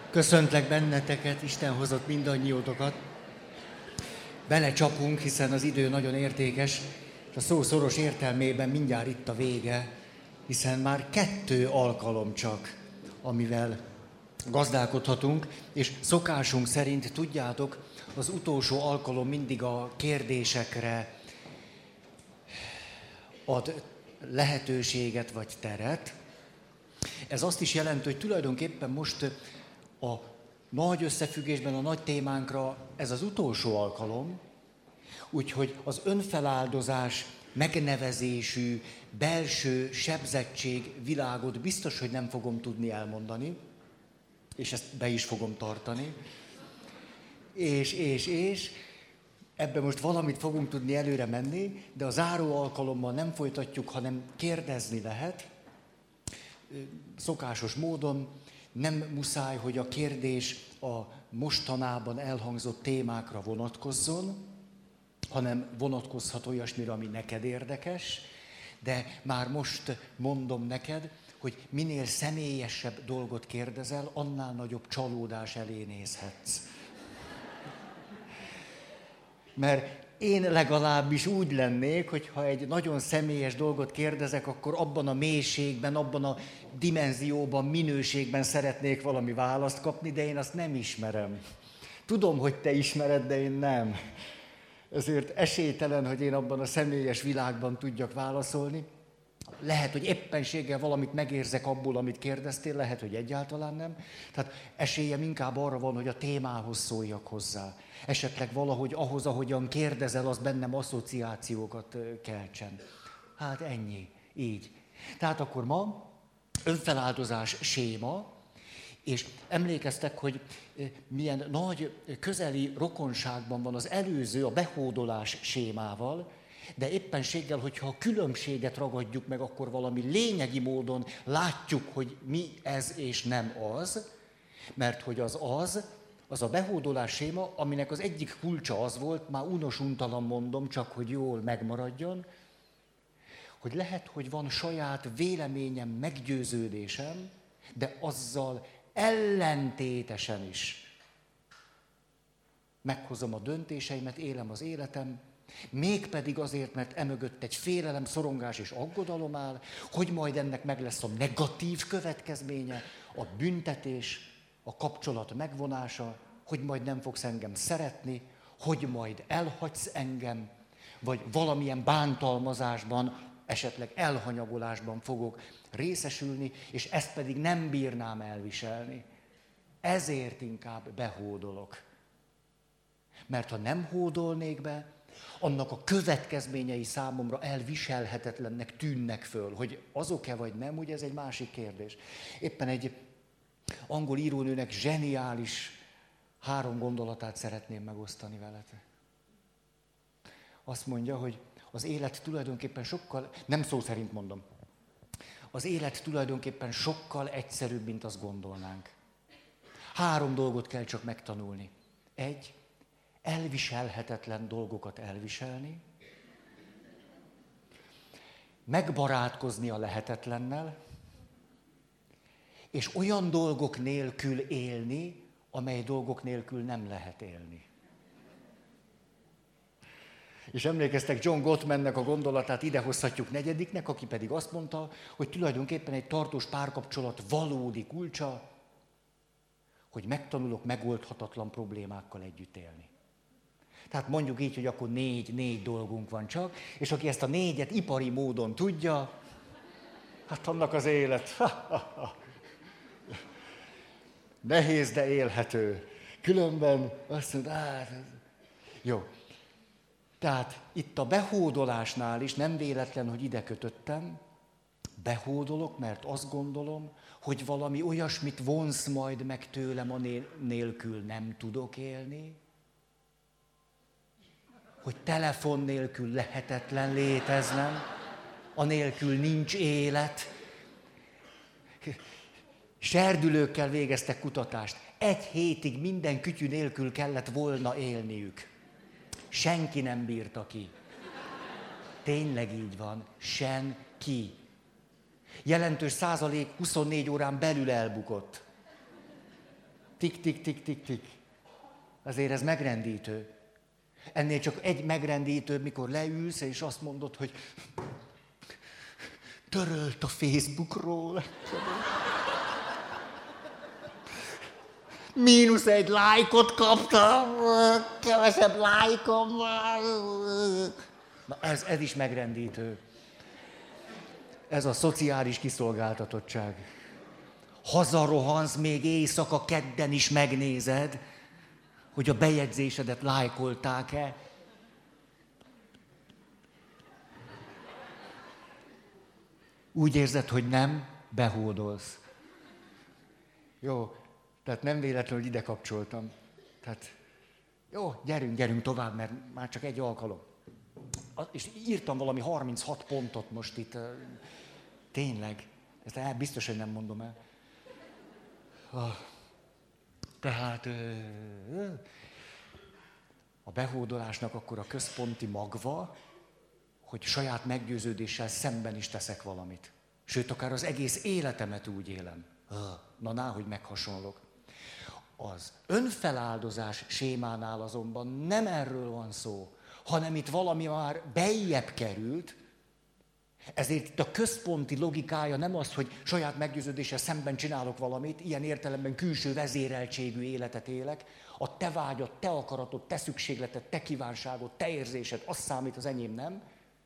Köszöntlek benneteket, Isten hozott mindannyiótokat. Belecsapunk, hiszen az idő nagyon értékes, és a szó szoros értelmében mindjárt itt a vége, hiszen már 2 alkalom csak, amivel gazdálkodhatunk, és szokásunk szerint, tudjátok, az utolsó alkalom mindig a kérdésekre ad lehetőséget vagy teret. Ez azt is jelenti, hogy tulajdonképpen most a nagy összefüggésben, a nagy témánkra ez az utolsó alkalom, úgyhogy az önfeláldozás megnevezésű belső sebzettség világot biztos, hogy nem fogom tudni elmondani, és ezt be is fogom tartani. És ebben most valamit fogunk tudni előre menni, de a záró alkalommal nem folytatjuk, hanem kérdezni lehet. Szokásos módon nem muszáj, hogy a kérdés a mostanában elhangzott témákra vonatkozzon, hanem vonatkozhat olyasmire, ami neked érdekes, de már most mondom neked, hogy minél személyesebb dolgot kérdezel, annál nagyobb csalódás elé nézhetsz. Mert én legalábbis úgy lennék, hogy ha egy nagyon személyes dolgot kérdezek, akkor abban a mélységben, abban a dimenzióban, minőségben szeretnék valami választ kapni, de én azt nem ismerem. Tudom, hogy te ismered, de én nem. Ezért esélytelen, hogy én abban a személyes világban tudjak válaszolni. Lehet, hogy éppenséggel valamit megérzek abból, amit kérdeztél, lehet, hogy egyáltalán nem. Tehát esélyem inkább arra van, hogy a témához szóljak hozzá. Esetleg valahogy ahhoz, ahogyan kérdezel, az bennem asszociációkat keltsen. Hát ennyi, így. Tehát akkor ma önfeláldozás séma, és emlékeztek, hogy milyen nagy közeli rokonságban van az előző, a behódolás sémával, de éppenséggel, hogyha a különbséget ragadjuk meg, akkor valami lényegi módon látjuk, hogy mi ez és nem az, mert hogy az a behódolás séma, aminek az egyik kulcsa az volt, már unos-untalan mondom, csak hogy jól megmaradjon, hogy lehet, hogy van saját véleményem, meggyőződésem, de azzal ellentétesen is meghozom a döntéseimet, élem az életem, mégpedig azért, mert emögött egy félelem, szorongás és aggodalom áll, hogy majd ennek meg lesz a negatív következménye, a büntetés, a kapcsolat megvonása, hogy majd nem fogsz engem szeretni, hogy majd elhagysz engem, vagy valamilyen bántalmazásban, esetleg elhanyagolásban fogok részesülni, és ezt pedig nem bírnám elviselni. Ezért inkább behódolok. Mert ha nem hódolnék be, annak a következményei számomra elviselhetetlennek tűnnek föl. Hogy azok-e vagy nem, ugye ez egy másik kérdés. Éppen egy angol írónőnek zseniális 3 gondolatát szeretném megosztani veletek. Azt mondja, hogy az élet tulajdonképpen sokkal, nem szó szerint mondom, az élet tulajdonképpen sokkal egyszerűbb, mint azt gondolnánk. 3 dolgot kell csak megtanulni. 1, elviselhetetlen dolgokat elviselni, megbarátkozni a lehetetlennel, és olyan dolgok nélkül élni, amely dolgok nélkül nem lehet élni. És emlékeztek, John Gottmannek a gondolatát idehozhatjuk 4-nek, aki pedig azt mondta, hogy tulajdonképpen egy tartós párkapcsolat valódi kulcsa, hogy megtanulok megoldhatatlan problémákkal együtt élni. Tehát mondjuk így, hogy akkor 4 dolgunk van csak, és aki ezt a 4-et ipari módon tudja, hát annak az élet nehéz, de élhető. Különben azt mondod, jó. Tehát itt a behódolásnál is nem véletlen, hogy ide kötöttem, behódolok, mert azt gondolom, hogy valami olyasmit vonsz majd meg tőlem, anélkül nem tudok élni, hogy telefon nélkül lehetetlen léteznem, anélkül nincs élet. Serdülőkkel végeztek kutatást. 1 hétig minden kütyű nélkül kellett volna élniük. Senki nem bírta ki. Tényleg így van. Senki. Jelentős százalék 24 órán belül elbukott. Tik, tik, tik, tik, tik. Azért ez megrendítő. Ennél csak egy megrendítőbb, mikor leülsz, és azt mondod, hogy törölt a Facebookról. -1 lájkot kaptam, kevesebb lájkom van. Na ez is megrendítő. Ez a szociális kiszolgáltatottság. Hazarohansz, még éjszaka, kedden is megnézed, hogy a bejegyzésedet lájkolták-e. Úgy érzed, hogy nem, behódolsz. Jó, tehát nem véletlenül ide kapcsoltam. Tehát jó, gyerünk tovább, mert már csak egy alkalom. És írtam valami 36 pontot most itt. Tényleg. Ezt biztos, hogy nem mondom el. Tehát a behódolásnak akkor a központi magva, hogy saját meggyőződéssel szemben is teszek valamit. Sőt, akár az egész életemet úgy élem. Na, hogy meghasonlok. Az önfeláldozás sémánál azonban nem erről van szó, hanem itt valami már beljebb került, ezért itt a központi logikája nem az, hogy saját meggyőződéssel szemben csinálok valamit, ilyen értelemben külső vezéreltségű életet élek, a te vágyad, te akaratod, te szükségleted, te kívánságod, te érzésed, az számít, az enyém nem,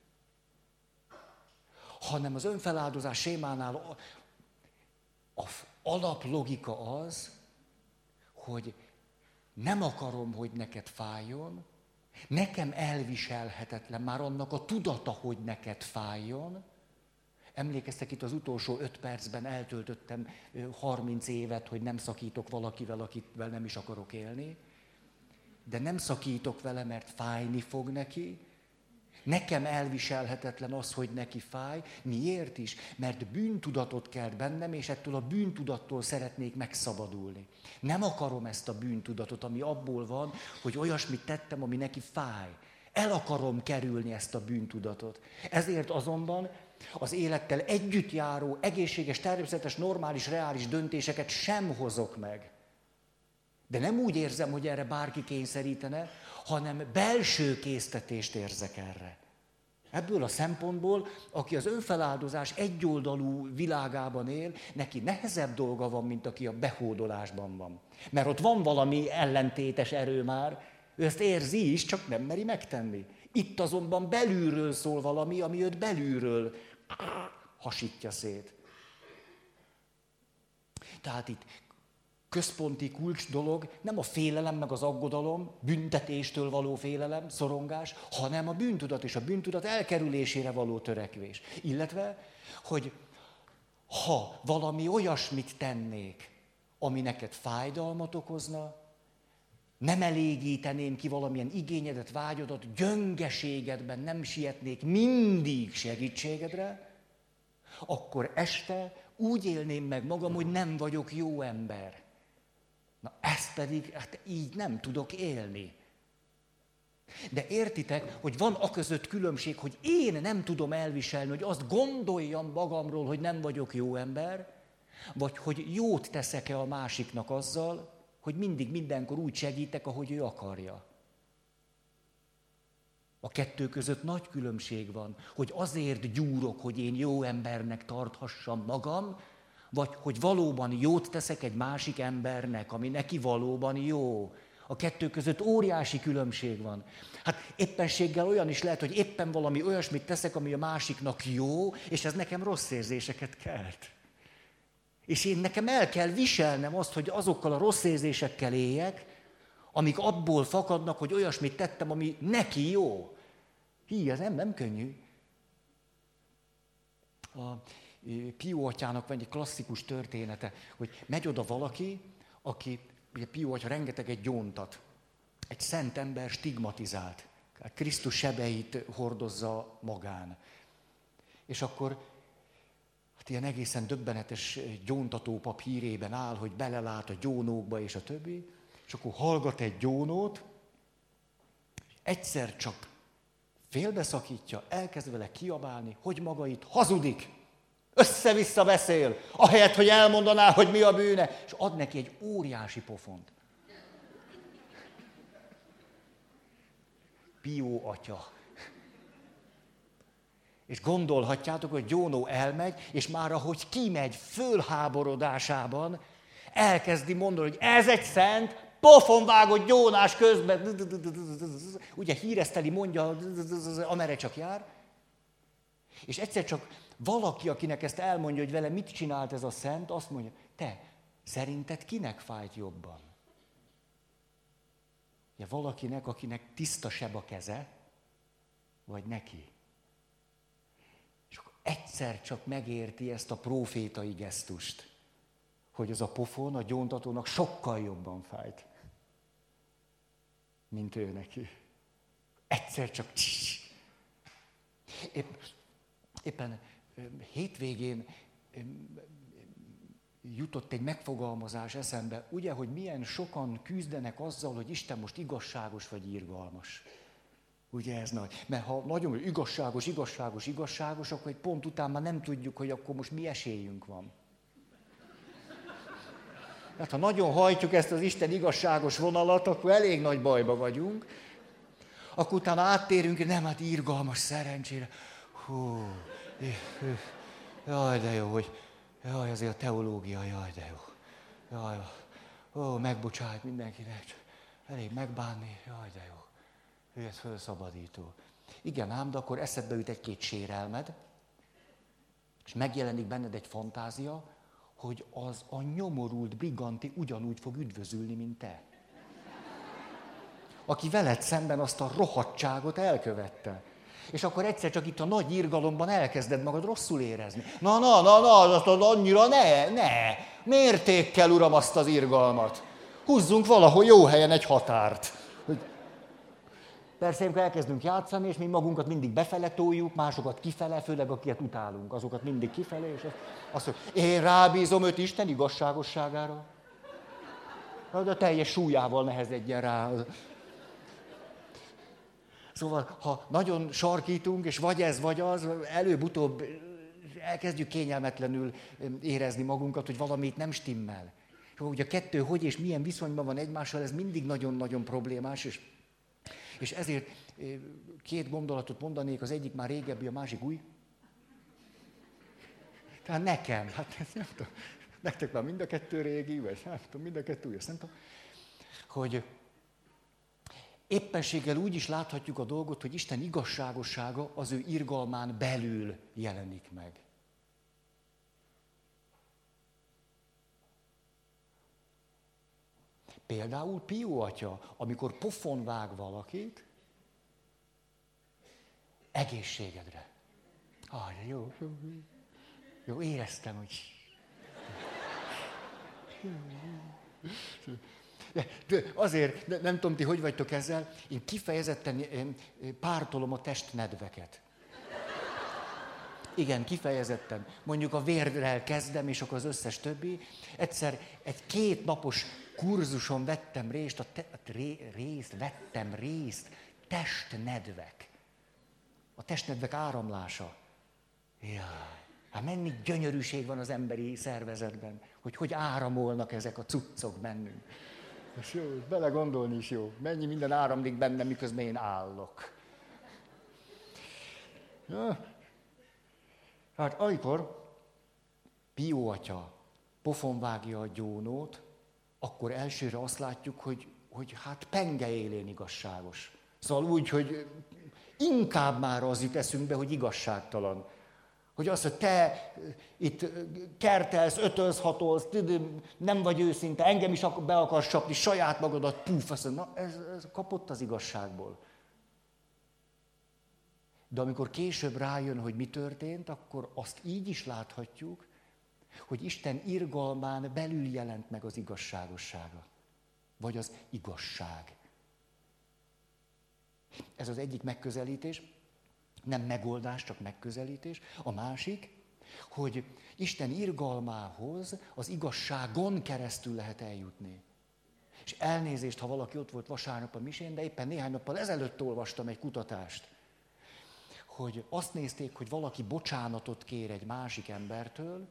hanem az önfeláldozás sémánál az alaplogika az, hogy nem akarom, hogy neked fájjon, nekem elviselhetetlen már annak a tudata, hogy neked fájjon. Emlékeztek, itt az utolsó 5 percben eltöltöttem 30 évet, hogy nem szakítok valakivel, akivel nem is akarok élni. De nem szakítok vele, mert fájni fog neki. Nekem elviselhetetlen az, hogy neki fáj. Miért is? Mert bűntudatot kelt bennem, és ettől a bűntudattól szeretnék megszabadulni. Nem akarom ezt a bűntudatot, ami abból van, hogy olyasmit tettem, ami neki fáj. El akarom kerülni ezt a bűntudatot. Ezért azonban az élettel együtt járó, egészséges, természetes, normális, reális döntéseket sem hozok meg. De nem úgy érzem, hogy erre bárki kényszerítene, hanem belső késztetést érzek erre. Ebből a szempontból, aki az önfeláldozás egyoldalú világában él, neki nehezebb dolga van, mint aki a behódolásban van. Mert ott van valami ellentétes erő már, ő ezt érzi is, csak nem meri megtenni. Itt azonban belülről szól valami, ami őt belülről hasítja szét. Tehát itt központi kulcs dolog nem a félelem, meg az aggodalom, büntetéstől való félelem, szorongás, hanem a bűntudat és a bűntudat elkerülésére való törekvés. Illetve, hogy ha valami olyasmit tennék, ami neked fájdalmat okozna, nem elégíteném ki valamilyen igényedet, vágyodat, gyöngeségedben nem sietnék mindig segítségedre, akkor este úgy élném meg magam, hogy nem vagyok jó ember. Na ezt pedig így nem tudok élni. De értitek, hogy van aközött különbség, hogy én nem tudom elviselni, hogy azt gondoljam magamról, hogy nem vagyok jó ember, vagy hogy jót teszek-e a másiknak azzal, hogy mindig mindenkor úgy segítek, ahogy ő akarja. A kettő között nagy különbség van, hogy azért gyúrok, hogy én jó embernek tarthassam magam, vagy hogy valóban jót teszek egy másik embernek, ami neki valóban jó. A kettő között óriási különbség van. Hát éppenséggel olyan is lehet, hogy éppen valami olyasmit teszek, ami a másiknak jó, és ez nekem rossz érzéseket kelt. És én nekem el kell viselnem azt, hogy azokkal a rossz érzésekkel éljek, amik abból fakadnak, hogy olyasmit tettem, ami neki jó. Ez nem könnyű. A Pió atyának van egy klasszikus története, hogy megy oda valaki, aki, ugye Pió atya rengeteget gyóntat. Egy szent ember stigmatizált. Krisztus sebeit hordozza magán. És akkor ilyen egészen döbbenetes gyóntatópap hírében áll, hogy belelát a gyónókba és a többi, és akkor hallgat egy gyónót, egyszer csak félbeszakítja, elkezd vele kiabálni, hogy maga itt hazudik. Össze-vissza beszél, ahelyett, hogy elmondaná, hogy mi a bűne, és ad neki egy óriási pofont. Pió atya. És gondolhatjátok, hogy Gyónó elmegy, és már ahogy kimegy fölháborodásában, elkezdi mondani, hogy ez egy szent, pofonvágott Gyónás közben. Ugye híreszteli, mondja, amerre csak jár. És egyszer csak valaki, akinek ezt elmondja, hogy vele mit csinált ez a szent, azt mondja, te, szerinted kinek fájt jobban? Ja, valakinek, akinek tiszta seb a keze, vagy neki. És akkor egyszer csak megérti ezt a prófétai gesztust, hogy az a pofon a gyóntatónak sokkal jobban fájt, mint ő neki. Egyszer csak... Éppen hétvégén jutott egy megfogalmazás eszembe, ugye, hogy milyen sokan küzdenek azzal, hogy Isten most igazságos vagy irgalmas. Ugye ez nagy. Mert ha nagyon igazságos, akkor egy pont után már nem tudjuk, hogy akkor most mi esélyünk van. Hát ha nagyon hajtjuk ezt az Isten igazságos vonalat, akkor elég nagy bajba vagyunk. Akkor utána áttérünk, nem, hát irgalmas szerencsére. Hú, jaj, de jó, hogy jaj, azért a teológia, jaj, de jó. Jaj, ó, megbocsájt mindenkinek, elég megbánni, jaj, de jó. Ő ez fölszabadító. Igen ám, de akkor eszedbe jut egy-két sérelmed, és megjelenik benned egy fantázia, hogy az a nyomorult briganti ugyanúgy fog üdvözülni, mint te. Aki veled szemben azt a rohadtságot elkövette. És akkor egyszer csak itt a nagy irgalomban elkezded magad rosszul érezni. Azt annyira ne. Mértékkel, uram, azt az irgalmat. Húzzunk valahol jó helyen egy határt. Persze, amikor elkezdünk játszani, és mi magunkat mindig befele toljuk, másokat kifele, főleg akiket utálunk, azokat mindig kifele, és azt mondjuk, én rábízom őt Isten igazságosságára. De a teljes súlyával nehezedjen rá. Szóval, ha nagyon sarkítunk, és vagy ez, vagy az, előbb-utóbb elkezdjük kényelmetlenül érezni magunkat, hogy valamit nem stimmel. És ugye a kettő hogy és milyen viszonyban van egymással, ez mindig nagyon-nagyon problémás, és ezért két gondolatot mondanék, az egyik már régebbi, a másik új. Tehát nekem, hát nem tudom, nektek már mind a kettő régi, vagy nem tudom, mind a kettő új, azt nem tudom, hogy éppenséggel úgy is láthatjuk a dolgot, hogy Isten igazságossága az ő irgalmán belül jelenik meg. Például Pió atya, amikor pofon vág valakit, egészségedre. Jó, éreztem, hogy... De azért, nem tudom, ti hogy vagytok ezzel, én kifejezetten pártolom a testnedveket. Igen, kifejezetten. Mondjuk a vérrel kezdem, és akkor az összes többi. Egyszer egy 2 napos kurzuson vettem részt, testnedvek. A testnedvek áramlása. Jaj, hát mennyi gyönyörűség van az emberi szervezetben, hogy áramolnak ezek a cuccok bennünk. És jó, belegondolni is jó. Mennyi minden áramlik bennem, miközben én állok. Ja. Hát amikor Pió atya pofonvágja a Gyónót, akkor elsőre azt látjuk, hogy hát penge élén igazságos. Szóval úgy, hogy inkább már az jut eszünkbe, hogy igazságtalan. Hogy azt, hogy te itt kertelsz, ötölsz, hatolsz, nem vagy őszinte, engem is be akarsz csapni, saját magadat, puf, azt mondja, na ez kapott az igazságból. De amikor később rájön, hogy mi történt, akkor azt így is láthatjuk, hogy Isten irgalmán belül jelent meg az igazságossága. Vagy az igazság. Ez az egyik megközelítés, nem megoldás, csak megközelítés. A másik, hogy Isten irgalmához az igazságon keresztül lehet eljutni. És elnézést, ha valaki ott volt vasárnap a misén, de éppen néhány nappal ezelőtt olvastam egy kutatást, hogy azt nézték, hogy valaki bocsánatot kér egy másik embertől,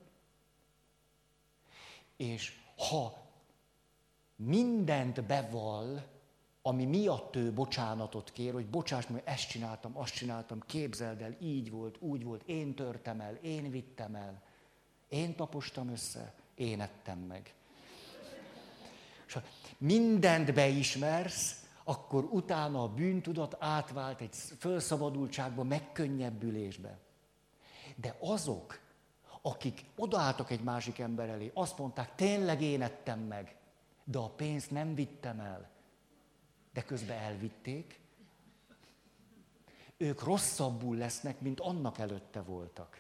és ha mindent bevall, ami miatt ő bocsánatot kér, hogy bocsáss meg, ezt csináltam, azt csináltam, képzeld el, így volt, úgy volt, én törtem el, én vittem el, én tapostam össze, én ettem meg. És ha mindent beismersz, akkor utána a bűntudat átvált egy fölszabadultságba, megkönnyebbülésbe. De azok, akik odaálltak egy másik ember elé, azt mondták, tényleg én ettem meg, de a pénzt nem vittem el, de közben elvitték, ők rosszabbul lesznek, mint annak előtte voltak.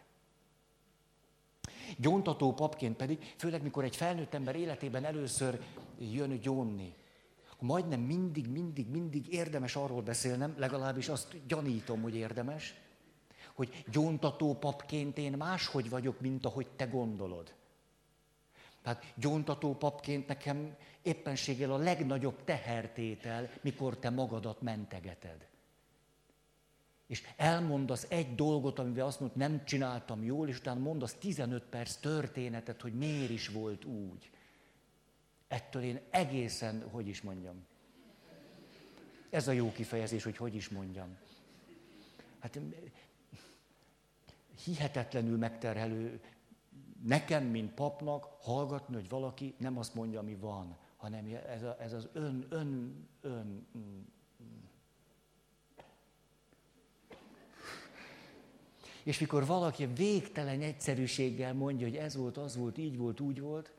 Gyóntató papként pedig, főleg mikor egy felnőtt ember életében először jön gyónni, majdnem mindig érdemes arról beszélnem, legalábbis azt gyanítom, hogy érdemes, hogy gyóntató papként én máshogy vagyok, mint ahogy te gondolod. Tehát gyóntató papként nekem éppenséggel a legnagyobb tehertétel, mikor te magadat mentegeted. És elmondasz egy dolgot, amivel azt mondod, nem csináltam jól, és utána mondasz 15 perc történetet, hogy miért is volt úgy. Ettől én egészen, hogy is mondjam. Ez a jó kifejezés, hogy is mondjam. Hát hihetetlenül megterhelő nekem, mint papnak hallgatni, hogy valaki nem azt mondja, ami van, hanem ez az ön. És mikor valaki végtelen egyszerűséggel mondja, hogy ez volt, az volt, így volt, úgy volt,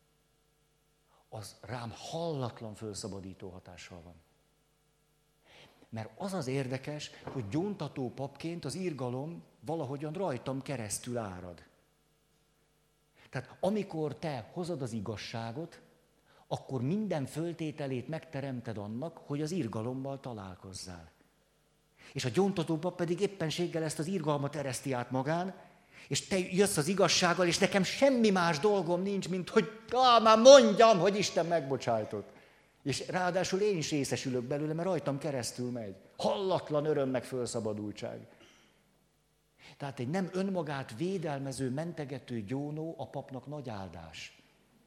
az rám hallatlan fölszabadító hatással van. Mert az az érdekes, hogy gyóntató papként az irgalom valahogyan rajtam keresztül árad. Tehát amikor te hozod az igazságot, akkor minden föltételét megteremted annak, hogy az irgalommal találkozzál. És a gyóntató pap pedig éppenséggel ezt az irgalmat ereszti át magán, és te jössz az igazsággal, és nekem semmi más dolgom nincs, mint hogy már mondjam, hogy Isten megbocsájtott. És ráadásul én is részesülök belőle, mert rajtam keresztül megy. Hallatlan öröm meg fölszabadultság. Tehát egy nem önmagát védelmező, mentegető gyónó a papnak nagy áldás.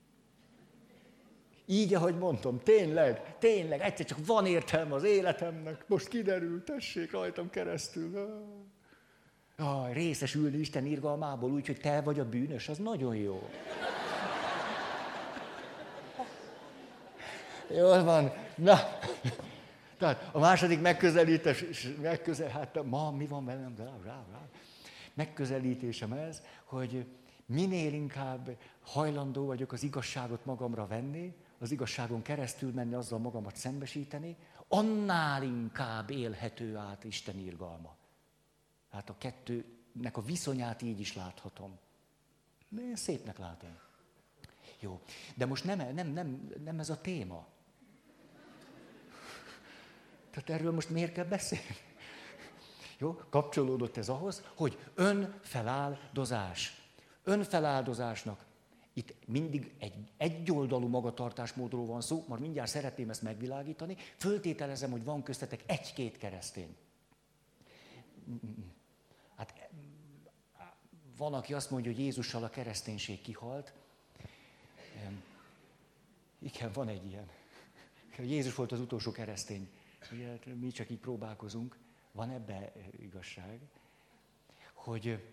Így, ahogy mondtam, tényleg, egyszer csak van értelme az életemnek, most kiderült, tessék, rajtam keresztül. Részesülni Isten irgalmából úgy, hogy te vagy a bűnös, az nagyon jó. Jól van. Na, tehát a második hát ma mi van velem? Megközelítésem ez, hogy minél inkább hajlandó vagyok az igazságot magamra venni, az igazságon keresztül menni, azzal magamat szembesíteni, annál inkább élhető át Isten irgalma. Hát a kettőnek a viszonyát így is láthatom. Én szépnek látom. Jó, de most nem ez a téma. Tehát erről most miért kell beszélni? Jó, kapcsolódott ez ahhoz, hogy önfeláldozás. Önfeláldozásnak itt mindig egy egyoldalú magatartásmódról van szó, már mindjárt szeretném ezt megvilágítani, föltételezem, hogy van köztetek egy-két keresztény. Hát van, aki azt mondja, hogy Jézussal a kereszténység kihalt. Igen, van egy ilyen. Jézus volt az utolsó keresztény. Ugye, mi csak így próbálkozunk. Van ebben igazság, hogy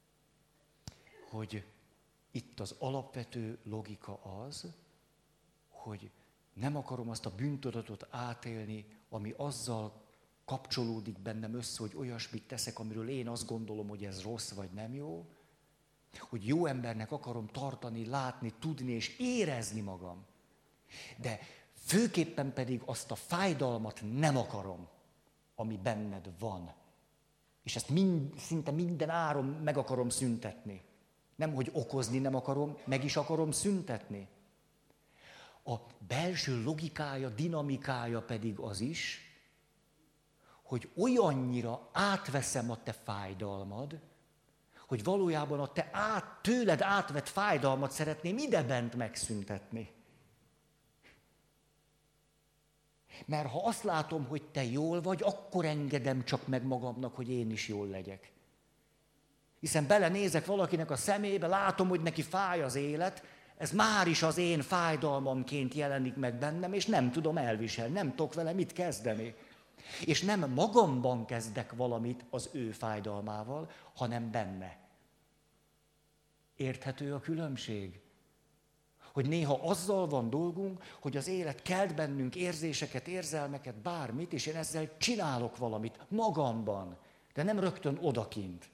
itt az alapvető logika az, hogy nem akarom azt a bűntudatot átélni, ami azzal kapcsolódik bennem össze, hogy olyasmit teszek, amiről én azt gondolom, hogy ez rossz vagy nem jó, hogy jó embernek akarom tartani, látni, tudni és érezni magam. De főképpen pedig azt a fájdalmat nem akarom, ami benned van. És ezt szinte minden áron meg akarom szüntetni. Nem, hogy okozni nem akarom, meg is akarom szüntetni. A belső logikája, dinamikája pedig az is, hogy olyannyira átveszem a te fájdalmad, hogy valójában a te tőled átvett fájdalmat szeretném idebent megszüntetni. Mert ha azt látom, hogy te jól vagy, akkor engedem csak meg magamnak, hogy én is jól legyek. Hiszen belenézek valakinek a szemébe, látom, hogy neki fáj az élet, ez már is az én fájdalmamként jelenik meg bennem, és nem tudom elviselni, nem tudok vele mit kezdeni. És nem magamban kezdek valamit az ő fájdalmával, hanem benne. Érthető a különbség? Hogy néha azzal van dolgunk, hogy az élet kelt bennünk érzéseket, érzelmeket, bármit, és én ezzel csinálok valamit magamban, de nem rögtön odakint.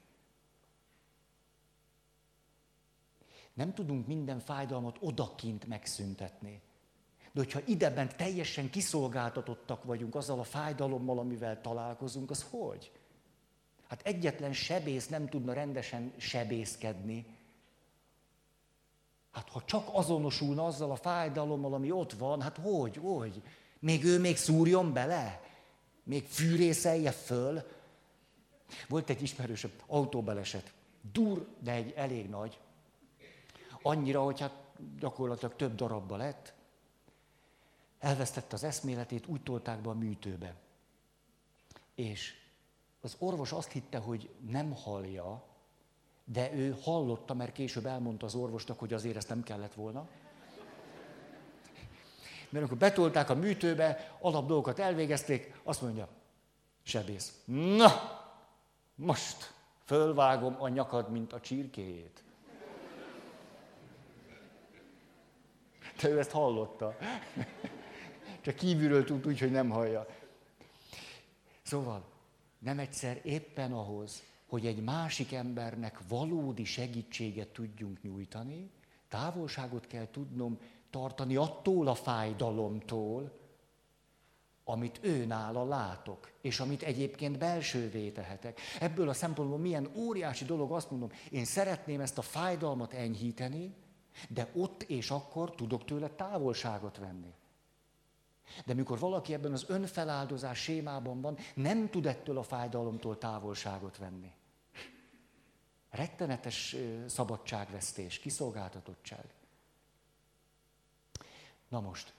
Nem tudunk minden fájdalmat odakint megszüntetni. De hogyha ideben teljesen kiszolgáltatottak vagyunk azzal a fájdalommal, amivel találkozunk, az hogy? Hát egyetlen sebész nem tudna rendesen sebészkedni. Hát ha csak azonosulna azzal a fájdalommal, ami ott van, hát hogy? Még ő szúrjon bele? Még fűrészelje föl? Volt egy ismerősöm, autóbaleset. Dur, de egy elég nagy. Annyira, hogy hát gyakorlatilag több darabba lett. Elvesztette az eszméletét, úgy tolták be a műtőbe. És az orvos azt hitte, hogy nem hallja, de ő hallotta, mert később elmondta az orvosnak, hogy azért ezt nem kellett volna. Mert amikor betolták a műtőbe, alapdolgokat elvégezték, azt mondja, sebész, na, most fölvágom a nyakad, mint a csirkéjét. De ő ezt hallotta. Csak kívülről tud úgy, hogy nem hallja. Szóval nem egyszer éppen ahhoz, hogy egy másik embernek valódi segítséget tudjunk nyújtani, távolságot kell tudnom tartani attól a fájdalomtól, amit ő nála látok, és amit egyébként belsővé tehetek. Ebből a szempontból milyen óriási dolog, azt mondom, én szeretném ezt a fájdalmat enyhíteni, de ott és akkor tudok tőle távolságot venni. De mikor valaki ebben az önfeláldozás sémában van, nem tud ettől a fájdalomtól távolságot venni. Rettenetes szabadságvesztés, kiszolgáltatottság. Na most,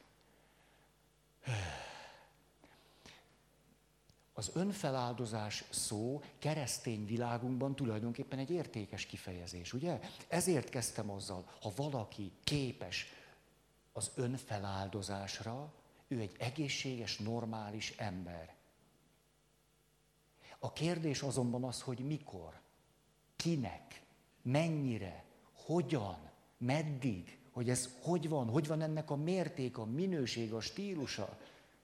az önfeláldozás szó keresztény világunkban tulajdonképpen egy értékes kifejezés, ugye? Ezért kezdtem azzal, ha valaki képes az önfeláldozásra, ő egy egészséges, normális ember. A kérdés azonban az, hogy mikor, kinek, mennyire, hogyan, meddig, hogy ez hogy van ennek a mérték, a minőség, a stílusa.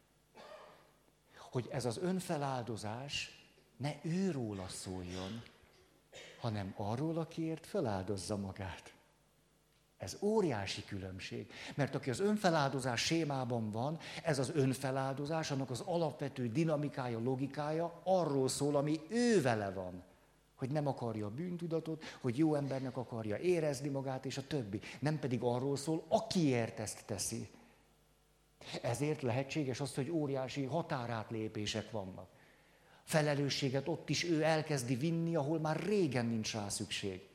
Hogy ez az önfeláldozás ne őróla szóljon, hanem arról, akiért feláldozza magát. Ez óriási különbség. Mert aki az önfeláldozás sémában van, ez az önfeláldozás, annak az alapvető dinamikája, logikája arról szól, ami ő vele van. Hogy nem akarja a bűntudatot, hogy jó embernek akarja érezni magát, és a többi. Nem pedig arról szól, akiért ezt teszi. Ezért lehetséges az, hogy óriási határátlépések vannak. Felelősséget ott is ő elkezdi vinni, ahol már régen nincs rá szükség.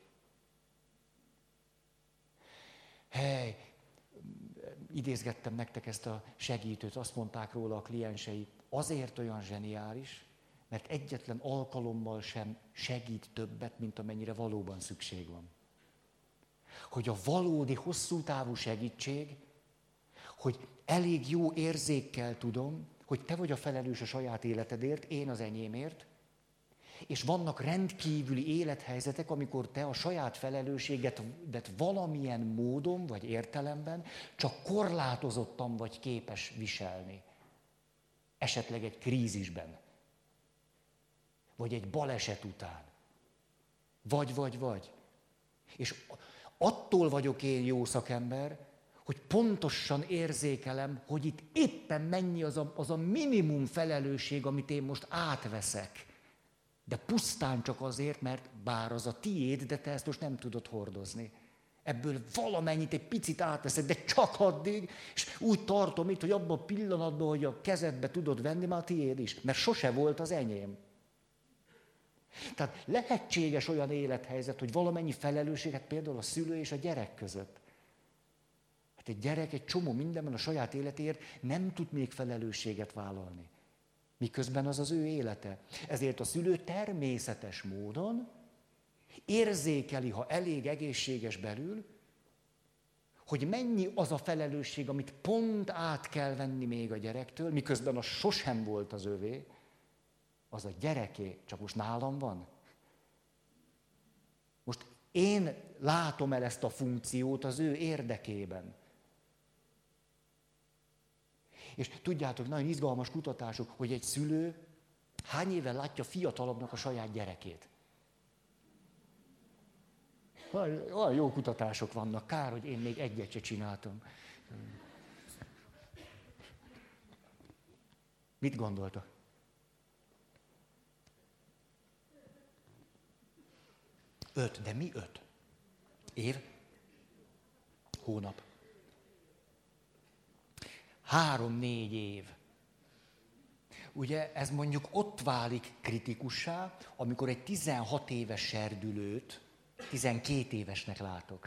Idézgettem nektek ezt a segítőt, azt mondták róla a kliensei, azért olyan zseniális, mert egyetlen alkalommal sem segít többet, mint amennyire valóban szükség van. Hogy a valódi, hosszú távú segítség, hogy elég jó érzékkel tudom, hogy te vagy a felelős a saját életedért, én az enyémért, és vannak rendkívüli élethelyzetek, amikor te a saját felelősségedet valamilyen módon vagy értelemben csak korlátozottan vagy képes viselni. Esetleg egy krízisben. Vagy egy baleset után. Vagy. És attól vagyok én jó szakember, hogy pontosan érzékelem, hogy itt éppen mennyi az a minimum felelősség, amit én most átveszek. De pusztán csak azért, mert bár az a tiéd, de te ezt most nem tudod hordozni. Ebből valamennyit egy picit átveszek, de csak addig, és úgy tartom itt, hogy abban a pillanatban, hogy a kezedbe tudod venni, már a tiéd is, mert sose volt az enyém. Tehát lehetséges olyan élethelyzet, hogy valamennyi felelősséget például a szülő és a gyerek között. Hát egy gyerek egy csomó mindenben a saját életéért nem tud még felelősséget vállalni. Miközben az az ő élete. Ezért a szülő természetes módon érzékeli, ha elég egészséges belül, hogy mennyi az a felelősség, amit pont át kell venni még a gyerektől, miközben az sosem volt az övé, az a gyereké, csak most nálam van. Most én látom el ezt a funkciót az ő érdekében. És tudjátok, nagyon izgalmas kutatások, hogy egy szülő hány éve látja fiatalabbnak a saját gyerekét. Olyan jó kutatások vannak, kár, hogy én még egyet se csináltam. Mit gondoltak? 5, de mi 5? Év? Hónap? 3-4 év. Ugye ez mondjuk ott válik kritikussá, amikor egy 16 éves serdülőt 12 évesnek látok.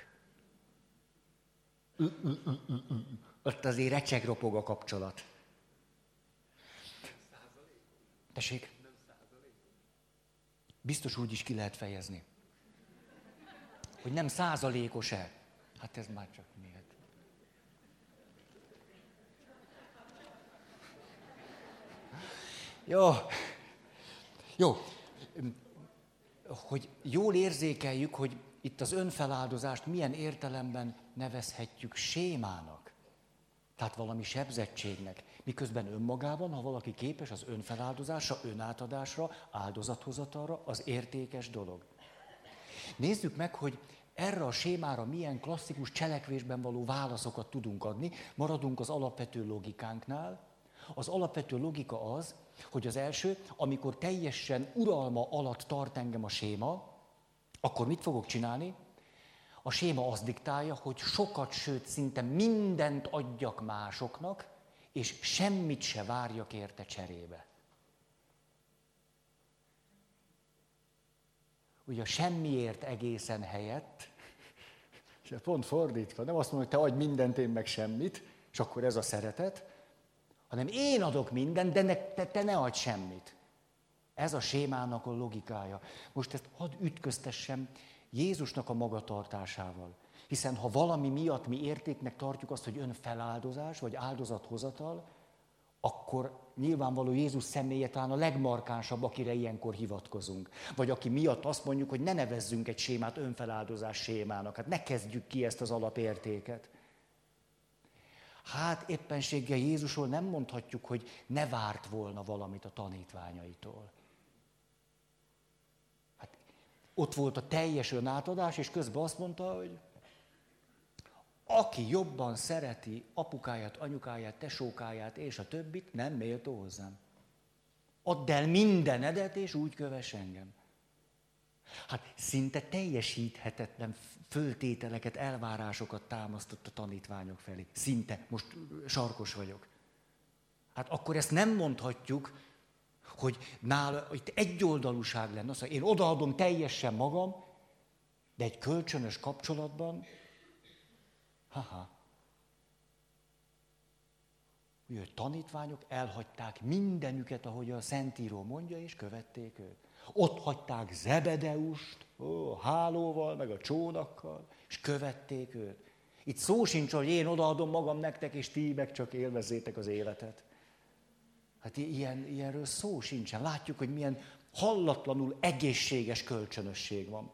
Ott azért recseg-ropog a kapcsolat. Tessék? Biztos úgy is ki lehet fejezni. Hogy nem százalékos-e? Hát ez már csak miért. Jó. Hogy jól érzékeljük, hogy itt az önfeláldozást milyen értelemben nevezhetjük sémának. Tehát valami sebzettségnek. Miközben önmagában, ha valaki képes az önfeláldozásra, önátadásra, áldozathozatalra, az értékes dolog. Nézzük meg, hogy erre a sémára milyen klasszikus cselekvésben való válaszokat tudunk adni. Maradunk az alapvető logikánknál. Az alapvető logika az, hogy az első, amikor teljesen uralma alatt tart engem a séma, akkor mit fogok csinálni? A séma azt diktálja, hogy sokat, sőt szinte mindent adjak másoknak, és semmit se várjak érte cserébe. Ugye a semmiért egészen helyett, és pont fordítva, nem azt mondom, hogy te adj mindent, én meg semmit, és akkor ez a szeretet, hanem én adok mindent, de te ne adj semmit. Ez a sémának a logikája. Most ezt hadd ütköztessem Jézusnak a magatartásával. Hiszen ha valami miatt mi értéknek tartjuk azt, hogy önfeláldozás, vagy áldozathozatal, akkor nyilvánvaló Jézus személye talán a legmarkánsabb, akire ilyenkor hivatkozunk. Vagy aki miatt azt mondjuk, hogy ne nevezzünk egy sémát önfeláldozás sémának. Hát ne kezdjük ki ezt az alapértéket. Hát éppenséggel Jézusról nem mondhatjuk, hogy ne várt volna valamit a tanítványaitól. Hát ott volt a teljes önátadás, és közben azt mondta, hogy aki jobban szereti apukáját, anyukáját, tesókáját és a többit, nem méltó hozzám. Add el mindenedet, és úgy kövess engem. Hát szinte teljesíthetetlen föltételeket, elvárásokat támasztott a tanítványok felé. Szinte, most sarkos vagyok. Hát akkor ezt nem mondhatjuk, hogy nála itt egyoldalúság lenne. Azt mondja, én odaadom teljesen magam, de egy kölcsönös kapcsolatban, Ugye a tanítványok elhagyták mindenüket, ahogy a Szentíró mondja, és követték őt. Ott hagyták Zebedeust, a hálóval, meg a csónakkal, és követték őt. Itt szó sincs, hogy én odaadom magam nektek, és ti meg csak élvezzétek az életet. Hát ilyenről szó sincsen. Látjuk, hogy milyen hallatlanul egészséges kölcsönösség van.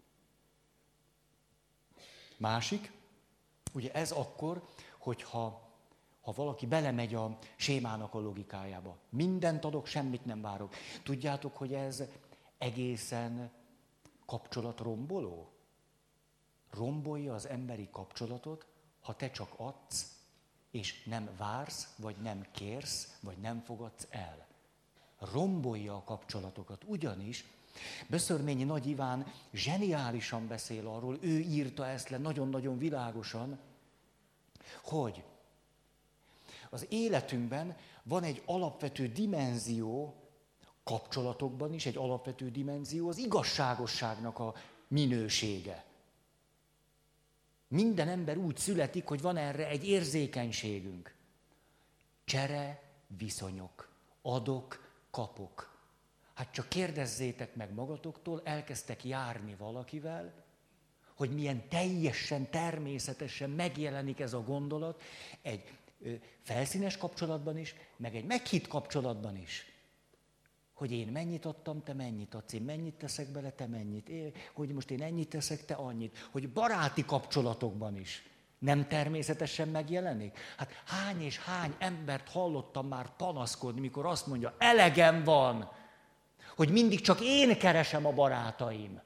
Másik, ugye ez akkor, hogyha valaki belemegy a sémának a logikájába. Mindent adok, semmit nem várok. Tudjátok, hogy ez egészen kapcsolatromboló? Rombolja az emberi kapcsolatot, ha te csak adsz, és nem vársz, vagy nem kérsz, vagy nem fogadsz el. Rombolja a kapcsolatokat, ugyanis Beszörményi Nagy Iván zseniálisan beszél arról, ő írta ezt le nagyon-nagyon világosan, hogy az életünkben van egy alapvető dimenzió, kapcsolatokban is egy alapvető dimenzió, az igazságosságnak a minősége. Minden ember úgy születik, hogy van erre egy érzékenységünk. Csere, viszonyok. Adok, kapok. Hát csak kérdezzétek meg magatoktól, elkezdtek járni valakivel, hogy milyen teljesen, természetesen megjelenik ez a gondolat egy felszínes kapcsolatban is, meg egy meghitt kapcsolatban is. Hogy én mennyit adtam, te mennyit adsz, én mennyit teszek bele, te mennyit. Hogy most én ennyit teszek, te annyit. Hogy baráti kapcsolatokban is nem természetesen megjelenik. Hát hány és hány embert hallottam már panaszkodni, mikor azt mondja, elegem van, hogy mindig csak én keresem a barátaim.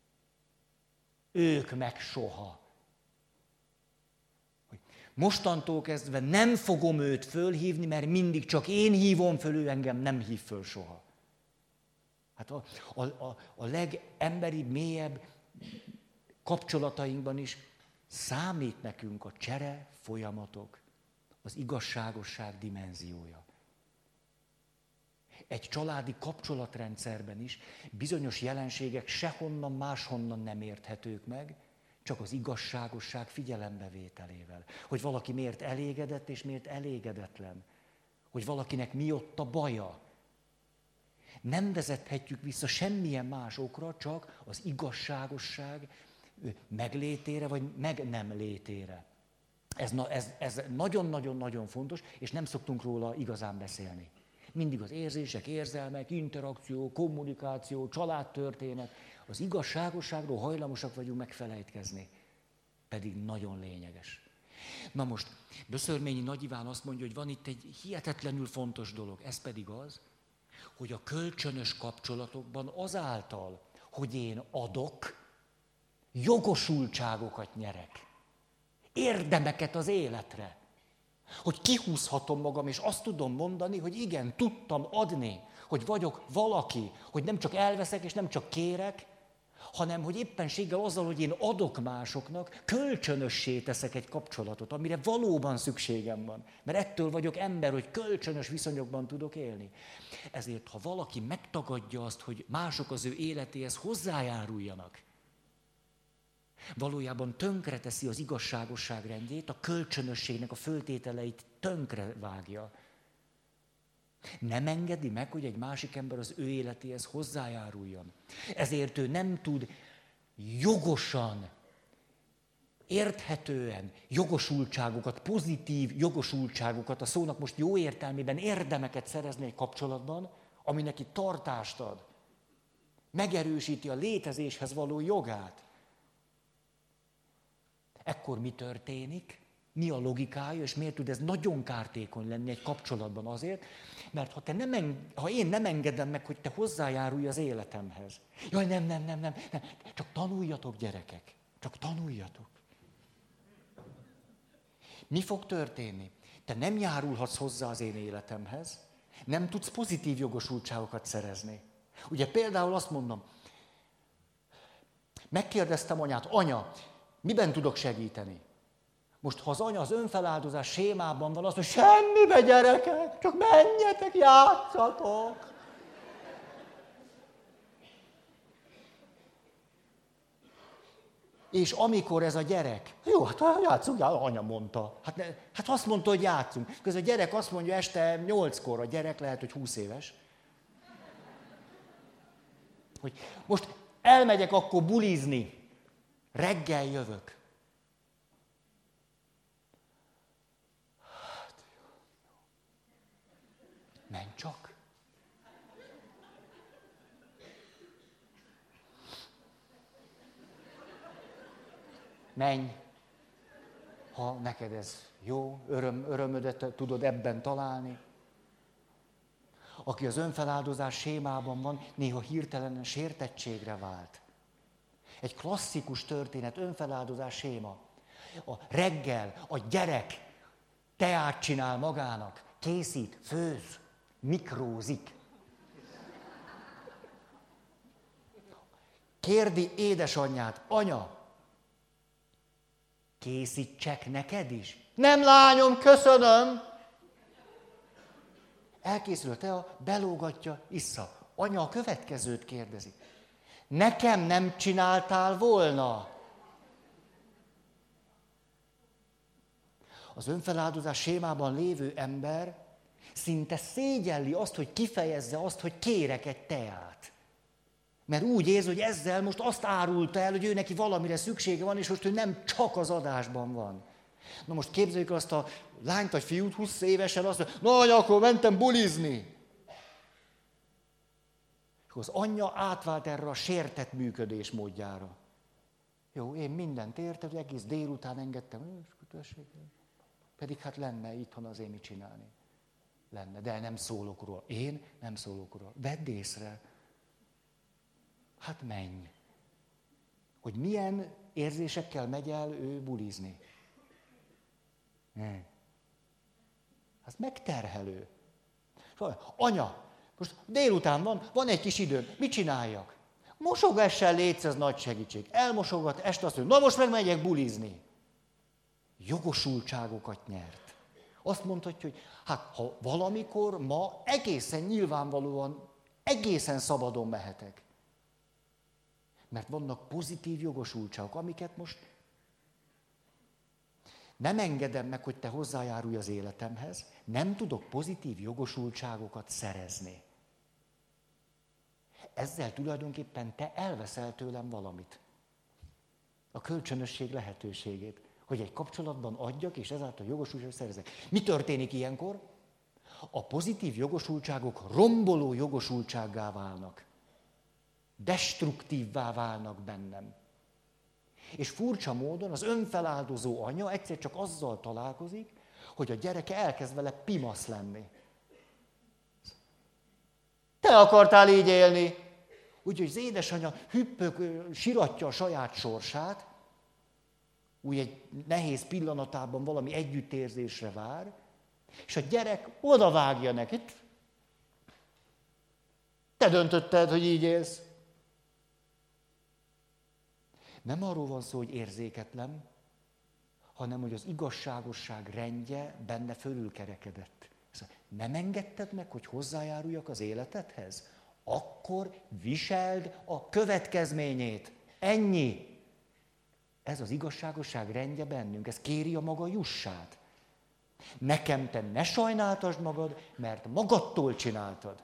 Ők meg soha. Mostantól kezdve nem fogom őt fölhívni, mert mindig csak én hívom föl, ő engem nem hív föl soha. Hát a legemberibb, mélyebb kapcsolatainkban is számít nekünk a csere folyamatok, az igazságosság dimenziója. Egy családi kapcsolatrendszerben is bizonyos jelenségek sehonnan máshonnan nem érthetők meg, csak az igazságosság figyelembevételével. Hogy valaki miért elégedett és miért elégedetlen. Hogy valakinek mi ott a baja. Nem vezethetjük vissza semmilyen más okra, csak az igazságosság meglétére, vagy meg nem létére. Ez nagyon-nagyon-nagyon fontos, és nem szoktunk róla igazán beszélni. Mindig az érzések, érzelmek, interakció, kommunikáció, családtörténet. Az igazságosságról hajlamosak vagyunk megfelejtkezni. Pedig nagyon lényeges. Na most, Böszörményi Nagy Iván azt mondja, hogy van itt egy hihetetlenül fontos dolog. Ez pedig az, hogy a kölcsönös kapcsolatokban azáltal, hogy én adok, jogosultságokat nyerek. Érdemeket az életre. Hogy kihúzhatom magam, és azt tudom mondani, hogy igen, tudtam adni, hogy vagyok valaki, hogy nem csak elveszek, és nem csak kérek, hanem hogy éppenséggel azzal, hogy én adok másoknak, kölcsönössé teszek egy kapcsolatot, amire valóban szükségem van. Mert ettől vagyok ember, hogy kölcsönös viszonyokban tudok élni. Ezért, ha valaki megtagadja azt, hogy mások az ő életéhez hozzájáruljanak, valójában tönkreteszi az igazságosság rendjét, a kölcsönösségnek a föltételeit tönkrevágja. Nem engedi meg, hogy egy másik ember az ő életéhez hozzájáruljon. Ezért ő nem tud jogosan, érthetően jogosultságokat, pozitív jogosultságokat, a szónak most jó értelmében érdemeket szerezni egy kapcsolatban, ami neki tartást ad. Megerősíti a létezéshez való jogát. Ekkor mi történik? Mi a logikája, és miért tud ez nagyon kártékony lenni egy kapcsolatban? Azért, mert ha én nem engedem meg, hogy te hozzájárulj az életemhez. Jaj, nem. Csak tanuljatok, gyerekek. Csak tanuljatok. Mi fog történni? Te nem járulhatsz hozzá az én életemhez, nem tudsz pozitív jogosultságokat szerezni. Ugye például azt mondom, megkérdeztem anyát, anya, miben tudok segíteni? Most, ha az anya az önfeláldozás sémában van, azt mondja, semmibe gyerekek, csak menjetek, játszatok. És amikor ez a gyerek, jó, hát játszunk, anya mondta. Hát azt mondta, hogy játszunk. Közben a gyerek azt mondja este 8-kor, a gyerek lehet, hogy 20 éves, hogy most elmegyek akkor bulizni, reggel jövök. Menj csak. Menj, ha neked ez jó, örömödet tudod ebben találni. Aki az önfeláldozás sémában van, néha hirtelen sértettségre vált. Egy klasszikus történet, önfeláldozás séma. A reggel a gyerek teát csinál magának, készít, főz, mikrózik. Kérdi édesanyját, anya, készítsek neked is? Nem, lányom, köszönöm. Elkészül a tea, belógatja, issza. Anya a következőt kérdezi. Nekem nem csináltál volna? az önfeláldozás sémában lévő ember szinte szégyelli azt, hogy kifejezze azt, hogy kérek egy teát. Mert úgy érzi, hogy ezzel most azt árulta el, hogy ő neki valamire szüksége van, és most ő nem csak az adásban van. Na most képzeljük azt a lányt vagy fiút 20 évesen, azt mondja, na anya, akkor mentem bulizni. És az anyja átvált erre a sértett működés módjára. Jó, én mindent értem, hogy egész délután engedtem, pedig hát lenne itthon azért mit csinálni. Lenne, de nem szólok róla. Én nem szólok róla. Vedd észre. Hát menj. Hogy milyen érzésekkel megy el ő bulizni. Ez megterhelő. Anya, most délután van egy kis időm, mit csináljak? Mosogass légy, ez nagy segítség. Elmosogat, este azt mondja, na most megmegyek bulizni. Jogosultságokat nyert. Azt mondhatja, hogy hát ha valamikor ma egészen nyilvánvalóan, egészen szabadon mehetek. Mert vannak pozitív jogosultságok, amiket most nem engedem meg, hogy te hozzájárulj az életemhez, nem tudok pozitív jogosultságokat szerezni. Ezzel tulajdonképpen te elveszel tőlem valamit. A kölcsönösség lehetőségét, hogy egy kapcsolatban adjak, és ezáltal jogosultságot szerezek. Mi történik ilyenkor? A pozitív jogosultságok romboló jogosultsággá válnak. Destruktívvá válnak bennem. És furcsa módon az önfeláldozó anya egyszer csak azzal találkozik, hogy a gyereke elkezd vele pimasz lenni. Te akartál így élni. Úgyhogy az édesanyja hüppög, siratja a saját sorsát, úgy egy nehéz pillanatában valami együttérzésre vár, és a gyerek odavágja neki. Te döntötted, hogy így élsz. Nem arról van szó, hogy érzéketlen, hanem hogy az igazságosság rendje benne fölülkerekedett. Nem engedted meg, hogy hozzájáruljak az életedhez? Akkor viseld a következményét. Ennyi. Ez az igazságosság rendje bennünk, ez kéri a maga jussát. Nekem te ne sajnáltasd magad, mert magadtól csináltad.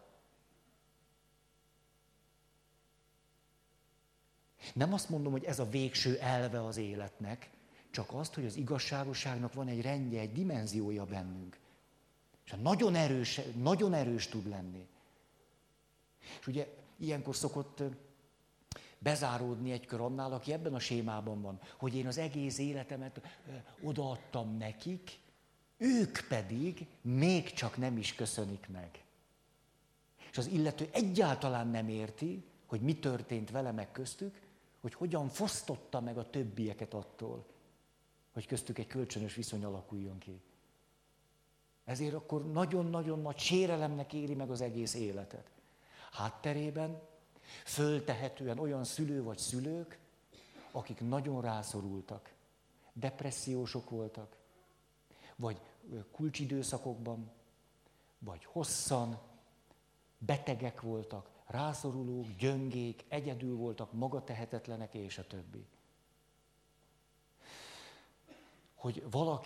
Nem azt mondom, hogy ez a végső elve az életnek, csak azt, hogy az igazságosságnak van egy rendje, egy dimenziója bennünk. És nagyon erős tud lenni. És ugye ilyenkor szokott bezáródni egy kör annál, aki ebben a sémában van, hogy én az egész életemet odaadtam nekik, ők pedig még csak nem is köszönik meg. És az illető egyáltalán nem érti, hogy mi történt vele meg köztük, hogy hogyan fosztotta meg a többieket attól, hogy köztük egy kölcsönös viszony alakuljon ki. Ezért akkor nagyon-nagyon nagy sérelemnek éri meg az egész életet. Hátterében föltehetően olyan szülő vagy szülők, akik nagyon rászorultak, depressziósok voltak, vagy kulcsidőszakokban, vagy hosszan, betegek voltak, rászorulók, gyöngék, egyedül voltak, magatehetetlenek, és a többi. Hogy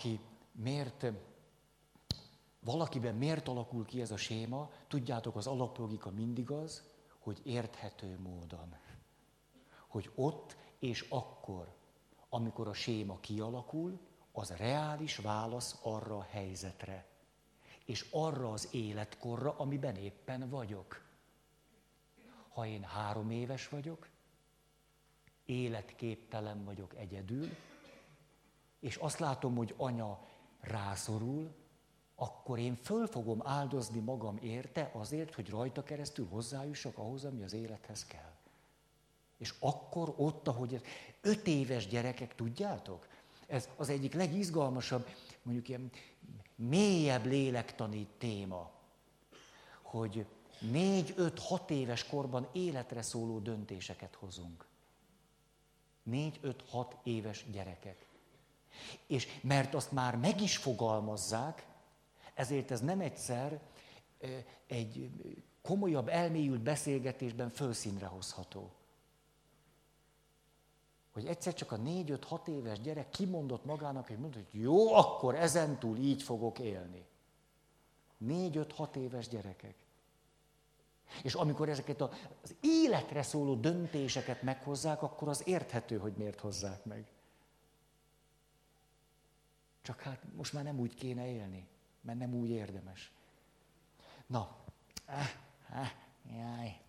valakiben miért alakul ki ez a séma, tudjátok, az alaplogika mindig az, hogy érthető módon. Hogy ott és akkor, amikor a séma kialakul, az reális válasz arra a helyzetre. És arra az életkorra, amiben éppen vagyok. Ha én 3 éves vagyok, életképtelen vagyok egyedül, és azt látom, hogy anya rászorul, akkor én föl fogom áldozni magam érte azért, hogy rajta keresztül hozzájussak ahhoz, ami az élethez kell. És akkor ott, ahogy 5 éves gyerekek, tudjátok? Ez az egyik legizgalmasabb, mondjuk ilyen mélyebb lélektani téma, hogy 4-5-6 éves korban életre szóló döntéseket hozunk. 4-5-6 éves gyerekek. És mert azt már meg is fogalmazzák, ezért ez nem egyszer egy komolyabb, elmélyült beszélgetésben fölszínre hozható. Hogy egyszer csak a 4-5-6 éves gyerek kimondott magának, hogy mondta, hogy jó, akkor ezentúl így fogok élni. 4-5-6 éves gyerekek. És amikor ezeket az életre szóló döntéseket meghozzák, akkor az érthető, hogy miért hozzák meg. Csak hát most már nem úgy kéne élni, mert nem úgy érdemes. Na, jaj.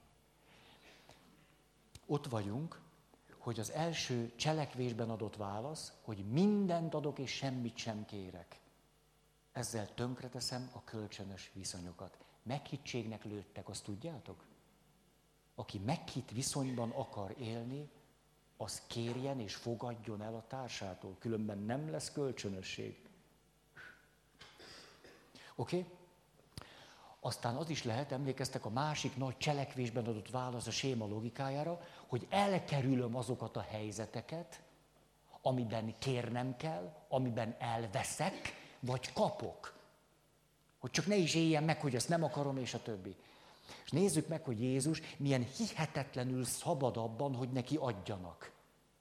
Ott vagyunk, hogy az első cselekvésben adott válasz, hogy mindent adok és semmit sem kérek. Ezzel tönkreteszem a kölcsönös viszonyokat. Meghittségnek lőttek, azt tudjátok? Aki meghitt viszonyban akar élni, az kérjen és fogadjon el a társától, különben nem lesz kölcsönösség. Oké? Aztán az is lehet, emlékeztek a másik nagy cselekvésben adott válasz a séma logikájára, hogy elkerülöm azokat a helyzeteket, amiben kérnem kell, amiben elveszek, vagy kapok. Hogy csak ne is éljen meg, hogy ezt nem akarom, és a többi. És nézzük meg, hogy Jézus milyen hihetetlenül szabad abban, hogy neki adjanak.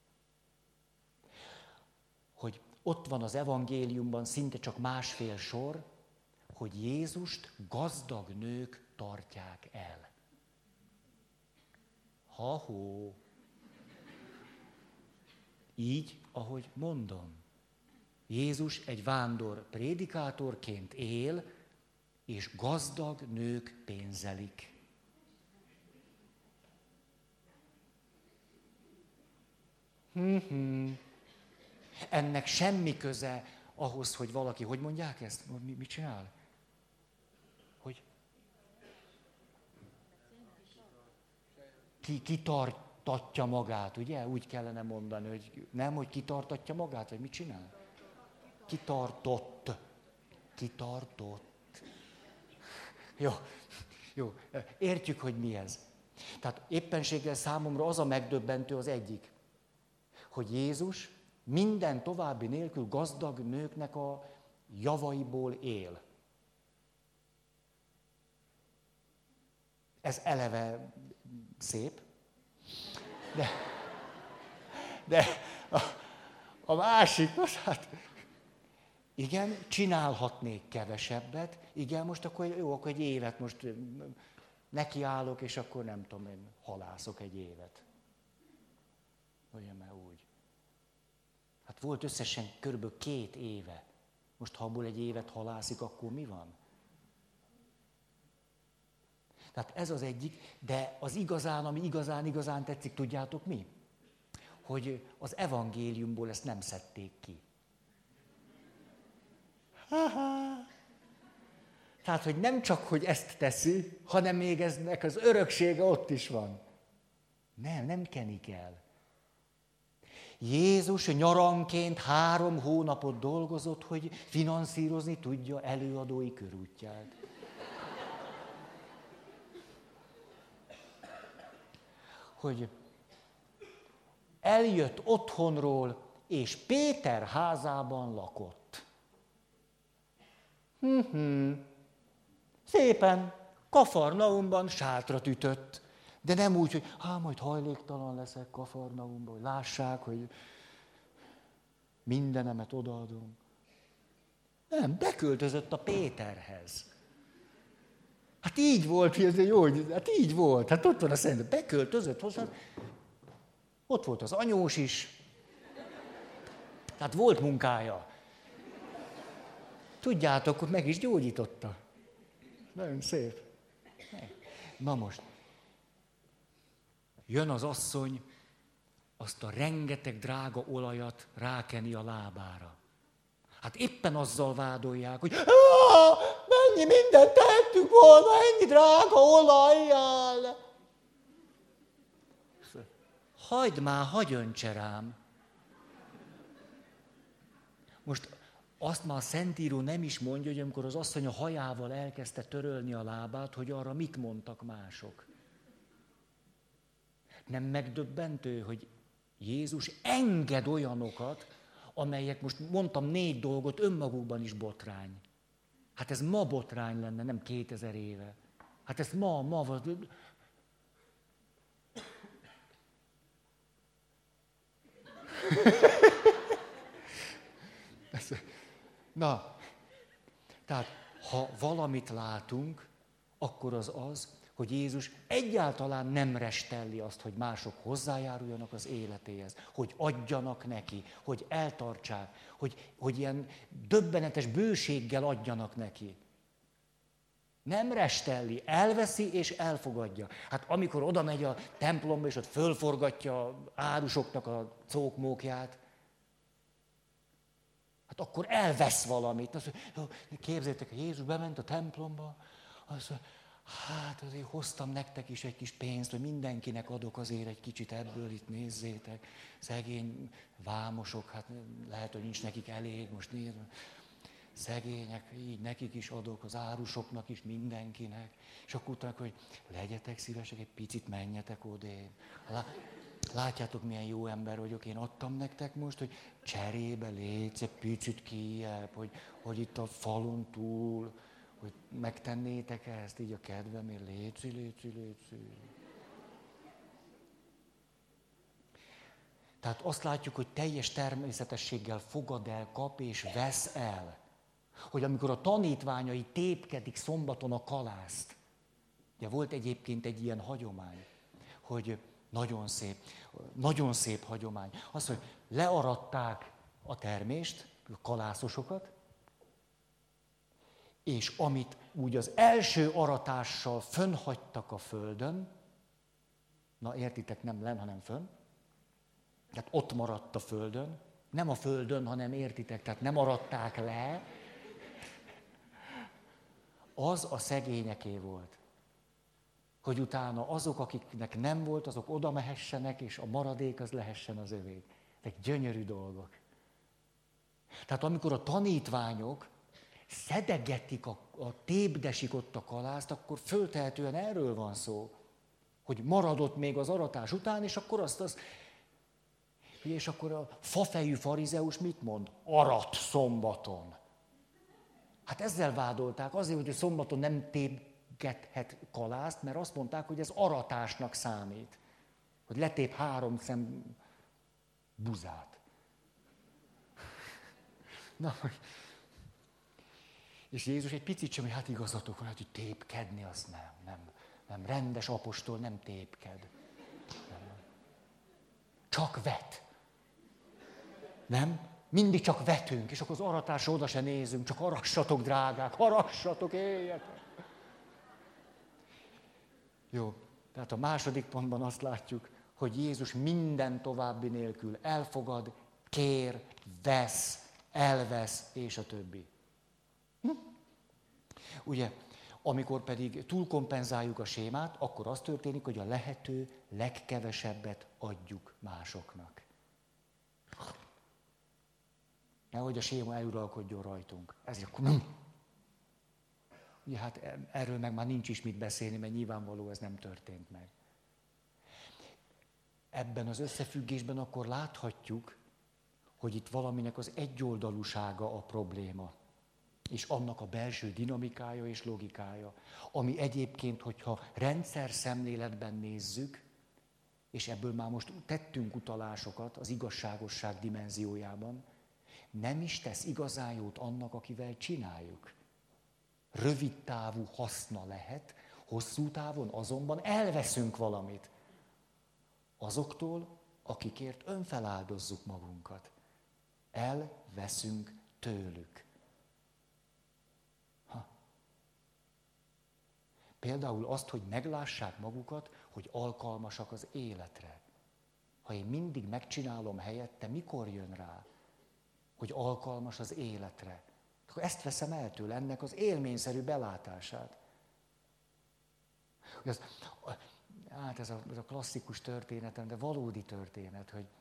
Hogy ott van az evangéliumban szinte csak másfél sor, hogy Jézust gazdag nők tartják el. Ha-hó! Így, ahogy mondom. Jézus egy vándor prédikátorként él, és gazdag nők pénzelik. Ennek semmi köze ahhoz, hogy valaki, hogy mondják ezt? Mit csinál? Hogy kitartatja magát, ugye? Úgy kellene mondani, hogy nem, hogy kitartatja magát, vagy mit csinál? Kitartott. Jó, értjük, hogy mi ez. Tehát éppenséggel számomra az a megdöbbentő az egyik, hogy Jézus minden további nélkül gazdag nőknek a javaiból él. Ez eleve szép, de a másik, az hát igen, csinálhatnék kevesebbet, igen, most akkor jó, akkor egy évet most nekiállok, és akkor nem tudom, én halászok egy évet. Olyan már úgy. Hát volt összesen körülbelül 2 éve. Most ha abból egy évet halászik, akkor mi van? Tehát ez az egyik, de az igazán, ami igazán tetszik, tudjátok mi? Hogy az evangéliumból ezt nem szedték ki. Tehát, hogy nem csak, hogy ezt teszi, hanem még eznek az öröksége ott is van. Nem kenik el. Jézus nyaranként 3 hónapot dolgozott, hogy finanszírozni tudja előadói körútját. Hogy eljött otthonról, és Péter házában lakott. Szépen, Kafarnaumban sátrat ütött. De nem úgy, hogy majd hajléktalan leszek Kafarnaumban, hogy lássák, hogy mindenemet odaadom. Nem, beköltözött a Péterhez. Hát így volt, jó, hát így volt. Hát ott van a Szent, beköltözött hozzá. Ott volt az anyós is. Tehát volt munkája. Tudjátok, hogy meg is gyógyította. Nagyon szép. Na most. Jön az asszony, azt a rengeteg drága olajat rákeni a lábára. Hát éppen azzal vádolják, hogy mennyi mindent tehettünk volna ennyi drága olajjal. Hagyd már, hagyj öntse rám. Most azt már a Szentíró nem is mondja, hogy amikor az asszony a hajával elkezdte törölni a lábát, hogy arra mit mondtak mások. Nem megdöbbentő, hogy Jézus enged olyanokat, amelyek, most mondtam 4 dolgot, önmagukban is botrány. Hát ez ma botrány lenne, nem 2000 éve. Hát ezt ma. Na, tehát ha valamit látunk, akkor az, hogy Jézus egyáltalán nem restelli azt, hogy mások hozzájáruljanak az életéhez, hogy adjanak neki, hogy eltartsák, hogy ilyen döbbenetes bőséggel adjanak neki. Nem restelli, elveszi és elfogadja. Hát amikor oda megy a templomba, és ott fölforgatja árusoknak a cókmókját, hát akkor elvesz valamit. Képzeljétek, Jézus bement a templomba, azt mondja, hát azért hoztam nektek is egy kis pénzt, hogy mindenkinek adok azért egy kicsit ebből, itt nézzétek. Szegény vámosok, hát lehet, hogy nincs nekik elég, most nézd. Szegények, így nekik is adok, az árusoknak is, mindenkinek. És akkor utána, hogy legyetek szívesek, egy picit menjetek odébb. Látjátok, milyen jó ember vagyok, én adtam nektek most, hogy cserébe létsz egy picit kijebb, hogy itt a falon túl, hogy megtennétek ezt így a kedvemért, léci. Tehát azt látjuk, hogy teljes természetességgel fogad el, kap és vesz el. Hogy amikor a tanítványai tépkedik szombaton a kalászt, ugye volt egyébként egy ilyen hagyomány, hogy nagyon szép hagyomány. Az, hogy learatták a termést, a kalászosokat, és amit úgy az első aratással fönnhagytak a földön, na értitek, nem len, hanem fönn, tehát ott maradt a földön, nem a földön, hanem értitek, tehát nem aratták le, az a szegényeké volt. Hogy utána azok, akiknek nem volt, azok oda mehessenek, és a maradék az lehessen az övé. Ezek gyönyörű dolgok. Tehát amikor a tanítványok szedegetik, a tépdesik ott a kalászt, akkor föltehetően erről van szó, hogy maradott még az aratás után, és akkor és akkor a fafejű farizeus mit mond? Arat szombaton. Hát ezzel vádolták, azért, hogy szombaton nem tépgethet kalászt, mert azt mondták, hogy ez aratásnak számít. Hogy letép 3 szem buzát. Na, és Jézus egy picit sem, hogy hát igazatok van, hogy tépkedni, az nem. Rendes apostol nem tépked. Nem. Csak vet. Nem? Mindig csak vetünk, és akkor az aratásra oda se nézünk, csak arassatok, drágák, harassatok, éljetek. Jó, tehát a második pontban azt látjuk, hogy Jézus minden további nélkül elfogad, kér, vesz, elvesz, és a többi. Ugye, amikor pedig túlkompenzáljuk a sémát, akkor az történik, hogy a lehető legkevesebbet adjuk másoknak. Nehogy a séma eluralkodjon rajtunk. Ezért akkor nem. Ugye hát erről meg már nincs is mit beszélni, mert nyilvánvaló ez nem történt meg. Ebben az összefüggésben akkor láthatjuk, hogy itt valaminek az egyoldalúsága a probléma. És annak a belső dinamikája és logikája, ami egyébként, hogyha rendszer szemléletben nézzük, és ebből már most tettünk utalásokat az igazságosság dimenziójában, nem is tesz igazán jót annak, akivel csináljuk. Rövid távú haszna lehet, hosszú távon azonban elveszünk valamit. Azoktól, akikért önfeláldozzuk magunkat. Elveszünk tőlük. Például azt, hogy meglássák magukat, hogy alkalmasak az életre. Ha én mindig megcsinálom helyette, mikor jön rá, hogy alkalmas az életre? Akkor ezt veszem el tőle, ennek az élményszerű belátását. Ez a klasszikus történetem, de valódi történet, hogy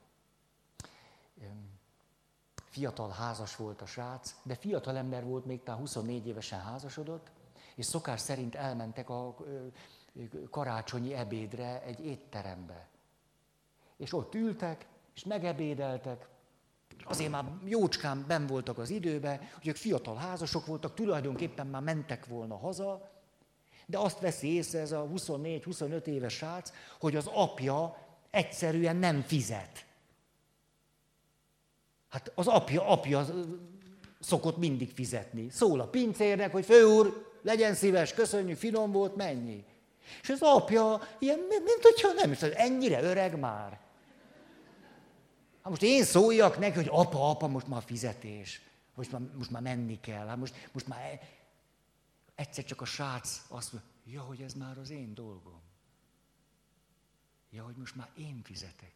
fiatal házas volt a srác, de fiatal ember volt, még talán 24 évesen házasodott, és szokás szerint elmentek a karácsonyi ebédre egy étterembe. És ott ültek, és megebédeltek. Azért már jócskán benn voltak az időbe, hogy ők fiatal házasok voltak, tulajdonképpen már mentek volna haza, de azt veszi észre ez a 24-25 éves srác, hogy az apja egyszerűen nem fizet. Hát az apja szokott mindig fizetni. Szól a pincérnek, hogy fő úr, legyen szíves, köszönjük, finom volt, mennyi. És az apja ilyen, mint hogyha nem is, ennyire öreg már. Hát most én szóljak neki, hogy apa, most már fizetés. Most már menni kell. Hát most már egyszer csak a srác azt mondja, ja, hogy ez már az én dolgom. Ja, hogy most már én fizetek.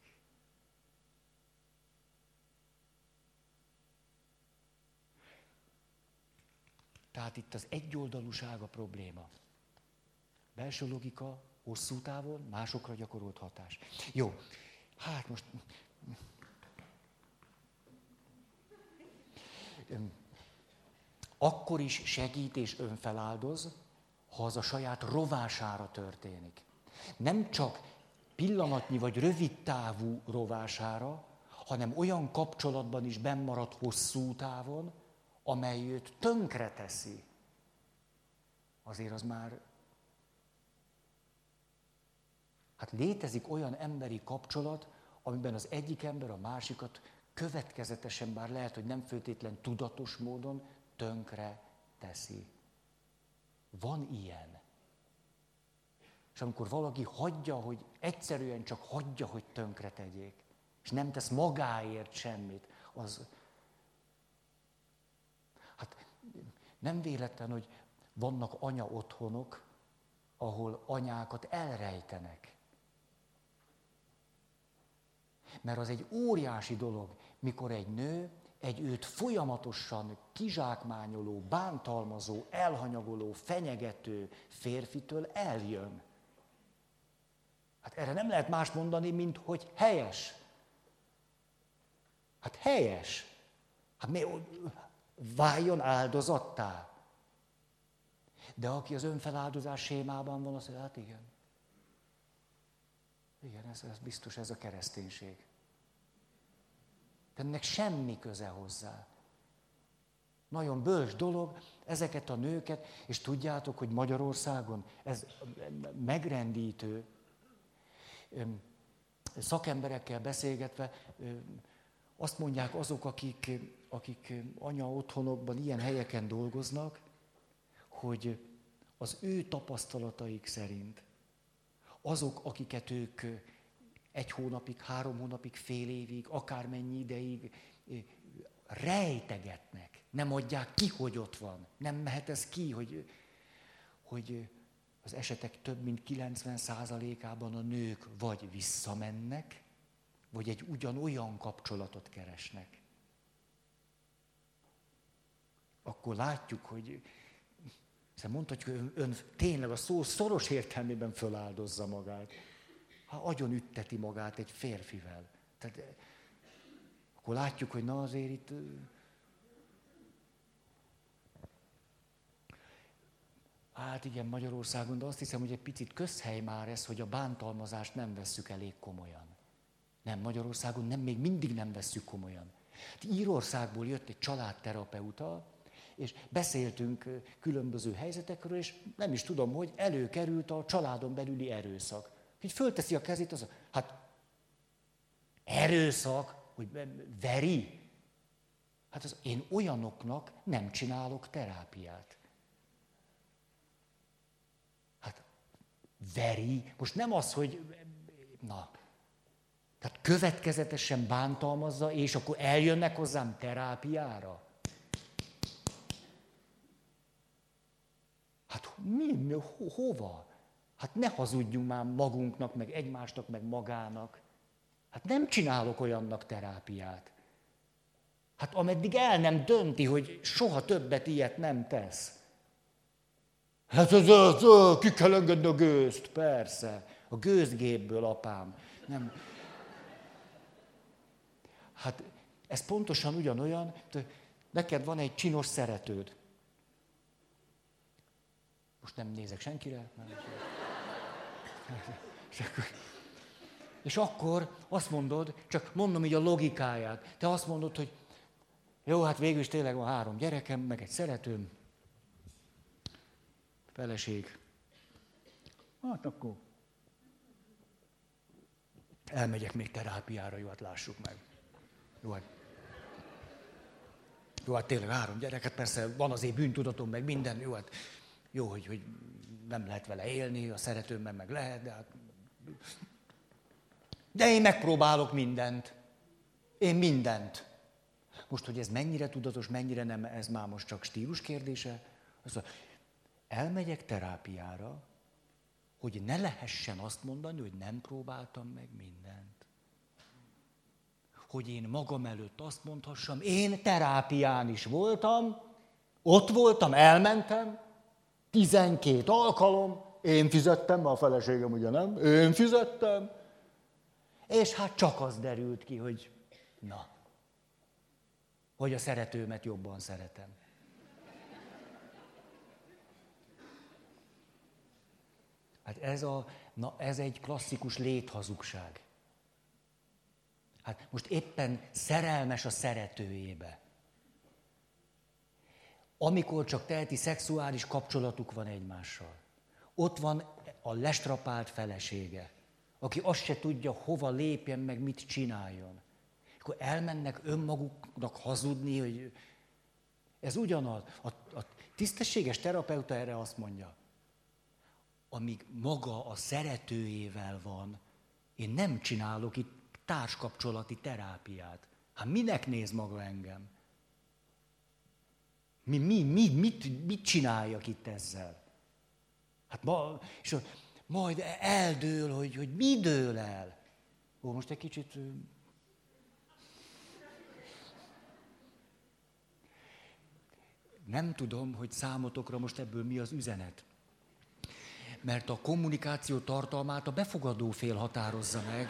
Tehát itt az egyoldalúság a probléma. Belső logika, hosszú távon, másokra gyakorolt hatás. Jó, hát most... Akkor is segít és önfeláldoz, ha az a saját rovására történik. Nem csak pillanatnyi vagy rövid távú rovására, hanem olyan kapcsolatban is bennmarad hosszú távon, amely őt tönkreteszi. Azért az már... Hát létezik olyan emberi kapcsolat, amiben az egyik ember a másikat következetesen, bár lehet, hogy nem feltétlen tudatos módon tönkre teszi. Van ilyen. És amikor valaki hagyja, hogy egyszerűen csak hagyja, hogy tönkre tegyék, és nem tesz magáért semmit, az... Hát nem véletlen, hogy vannak anya otthonok, ahol anyákat elrejtenek. Mert az egy óriási dolog, mikor egy nő egy őt folyamatosan kizsákmányoló, bántalmazó, elhanyagoló, fenyegető férfitől eljön. Hát erre nem lehet más mondani, mint hogy helyes. Hát helyes. Hát mi váljon áldozattá. De aki az önfeláldozás sémában van, azt mondja, hát igen. Igen, ez biztos, ez a kereszténység. De ennek semmi köze hozzá. Nagyon bölcs dolog ezeket a nőket, és tudjátok, hogy Magyarországon ez megrendítő. Szakemberekkel beszélgetve azt mondják azok, akik anya otthonokban, ilyen helyeken dolgoznak, hogy az ő tapasztalataik szerint azok, akiket ők 1 hónapig, 3 hónapig, fél évig, akármennyi ideig rejtegetnek, nem adják ki, hogy ott van. Nem mehet ez ki, hogy az esetek több mint 90%-ában a nők vagy visszamennek, vagy egy ugyanolyan kapcsolatot keresnek. Akkor látjuk, hogy mondhatjuk, hogy ön tényleg a szó szoros értelmében föláldozza magát. Ha agyon ütteti magát egy férfivel. Tehát, akkor látjuk, hogy na azért itt... Hát igen, Magyarországon, de azt hiszem, hogy egy picit közhely már ez, hogy a bántalmazást nem vesszük elég komolyan. Nem, Magyarországon még mindig nem vesszük komolyan. Írországból jött egy családterapeuta, és beszéltünk különböző helyzetekről, és nem is tudom, hogy előkerült a családon belüli erőszak. Így fölteszi a kezét, az hát erőszak, hogy veri. Hát én olyanoknak nem csinálok terápiát. Hát veri, most nem az, hogy na, tehát következetesen bántalmazza, és akkor eljönnek hozzám terápiára. Hát hova? Hát ne hazudjunk már magunknak, meg egymásnak, meg magának. Hát nem csinálok olyannak terápiát. Hát ameddig el nem dönti, hogy soha többet ilyet nem tesz. Hát ki kell engedni a gőzt, persze. A gőzgépből, apám. Nem. Hát ez pontosan ugyanolyan, neked van egy csinos szeretőd. Most nem nézek senkire. És akkor azt mondod, csak mondom így a logikáját, te azt mondod, hogy jó, hát végül is tényleg van 3 gyerekem, meg egy szeretőm, feleség. Hát akkor elmegyek még terápiára, jó, hát lássuk meg. Jó, hát. Jó, hát tényleg 3 gyerek, hát persze van azért bűntudatom, meg minden, jó, hát jó, hogy nem lehet vele élni, a szeretőmmel meg lehet, de hát... De én megpróbálok mindent. Én mindent. Most, hogy ez mennyire tudatos, mennyire nem, ez már most csak stílus kérdése. Azt elmegyek terápiára, hogy ne lehessen azt mondani, hogy nem próbáltam meg mindent. Hogy én magam előtt azt mondhassam, én terápián is voltam, ott voltam, elmentem, 12 alkalom, én fizettem, mert a feleségem ugye nem, én fizettem, és hát csak az derült ki, hogy na, hogy a szeretőmet jobban szeretem. Hát ez egy klasszikus léthazugság. Hát most éppen szerelmes a szeretőjébe. Amikor csak teheti, szexuális kapcsolatuk van egymással. Ott van a lestrapált felesége, aki azt se tudja, hova lépjen, meg mit csináljon. És akkor elmennek önmaguknak hazudni, hogy ez ugyanaz. A tisztességes terapeuta erre azt mondja, amíg maga a szeretőjével van, én nem csinálok itt társkapcsolati terápiát. Hát minek néz maga engem? Mit csináljak itt ezzel? Hát és majd eldől, hogy mi dől el. Ó, most egy kicsit... Nem tudom, hogy számotokra most ebből mi az üzenet. Mert a kommunikáció tartalmát a befogadó fél határozza meg.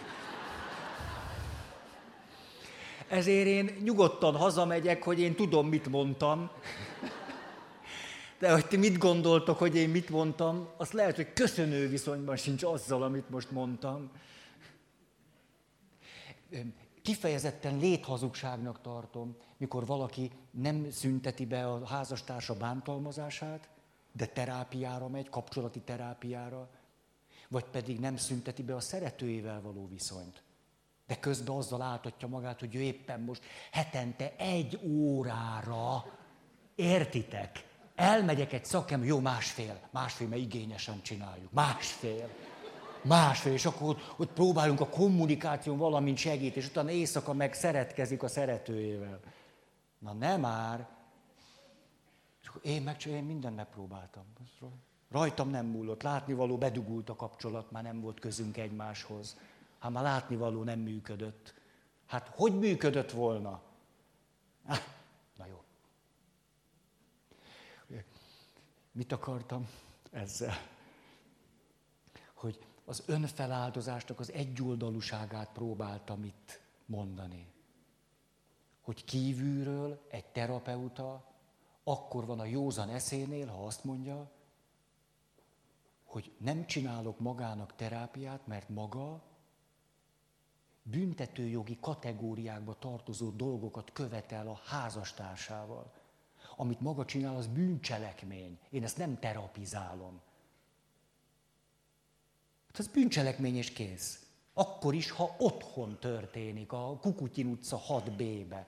Ezért én nyugodtan hazamegyek, hogy én tudom, mit mondtam. De hogy ti mit gondoltok, hogy én mit mondtam, azt lehet, hogy köszönő viszonyban sincs azzal, amit most mondtam. Kifejezetten léthazugságnak tartom, mikor valaki nem szünteti be a házastársa bántalmazását, de terápiára megy, kapcsolati terápiára, vagy pedig nem szünteti be a szeretőjével való viszonyt. De közben azzal áltatja magát, hogy ő éppen most hetente 1 órára, értitek? Elmegyek egy szakember, jó, másfél, mert igényesen csináljuk, másfél, és akkor ott próbálunk a kommunikáción valamint segít, és utána éjszaka meg szeretkezik a szeretőjével. Na nem már. És akkor én mindent megpróbáltam. Rajtam nem múlott, látnivaló bedugult a kapcsolat, már nem volt közünk egymáshoz. Hát már látnivaló nem működött. Hát hogy működött volna? Na jó. Mit akartam ezzel? Hogy az önfeláldozásnak az egyoldalúságát próbáltam itt mondani. Hogy kívülről egy terapeuta akkor van a józan eszénél, ha azt mondja, hogy nem csinálok magának terápiát, mert maga büntetőjogi kategóriákba tartozó dolgokat követel a házastársával. Amit maga csinál, az bűncselekmény. Én ezt nem terapizálom. Hát ez bűncselekmény és kész. Akkor is, ha otthon történik, a Kukutyin utca 6B-be.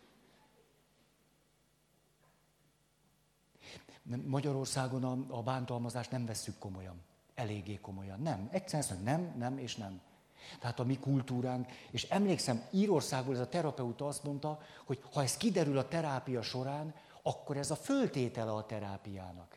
Magyarországon a bántalmazást nem vesszük komolyan. Eléggé komolyan. Nem. Egyszerűen azt mondja, nem és nem. Tehát a mi kultúránk, és emlékszem, Írországból ez a terapeuta azt mondta, hogy ha ez kiderül a terápia során, akkor ez a föltétele a terápiának.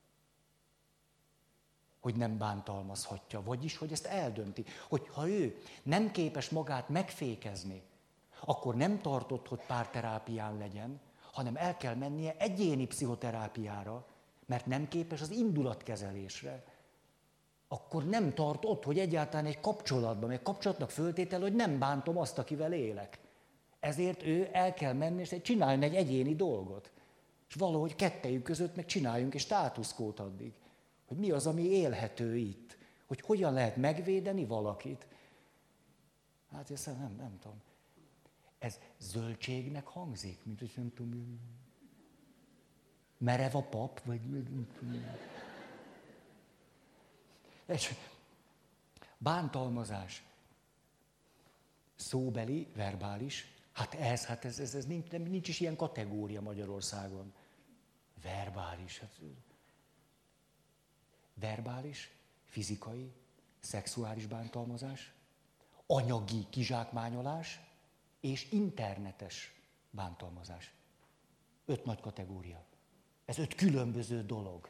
Hogy nem bántalmazhatja, vagyis, hogy ezt eldönti. Hogy ha ő nem képes magát megfékezni, akkor nem tartott, hogy párterápián legyen, hanem el kell mennie egyéni pszichoterápiára, mert nem képes az indulatkezelésre. Akkor nem tart ott, hogy egyáltalán egy kapcsolatban, egy kapcsolatnak föltétel, hogy nem bántom azt, akivel élek. Ezért ő el kell menni, és csináljon egy egyéni dolgot. És valahogy kettejük között meg csináljunk egy státuszkót addig. Hogy mi az, ami élhető itt. Hogy hogyan lehet megvédeni valakit. Hát ezt nem tudom. Ez zöldségnek hangzik, mint hogy nem tudom. Merev a pap, vagy nem tudom. És bántalmazás. Szóbeli, verbális, Ez nincs is ilyen kategória Magyarországon. Verbális. Verbális, fizikai, szexuális bántalmazás, anyagi kizsákmányolás és internetes bántalmazás. 5 nagy kategória. Ez 5 különböző dolog.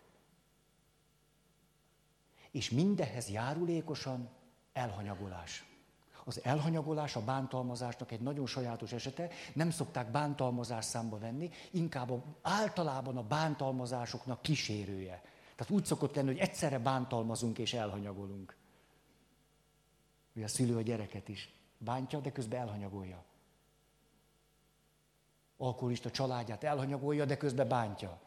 És mindehhez járulékosan elhanyagolás. Az elhanyagolás a bántalmazásnak egy nagyon sajátos esete, nem szokták bántalmazás számba venni, inkább általában a bántalmazásoknak kísérője. Tehát úgy szokott lenni, hogy egyszerre bántalmazunk és elhanyagolunk. Ugye a szülő a gyereket is bántja, de közben elhanyagolja. Alkoholista családját elhanyagolja, de közben bántja.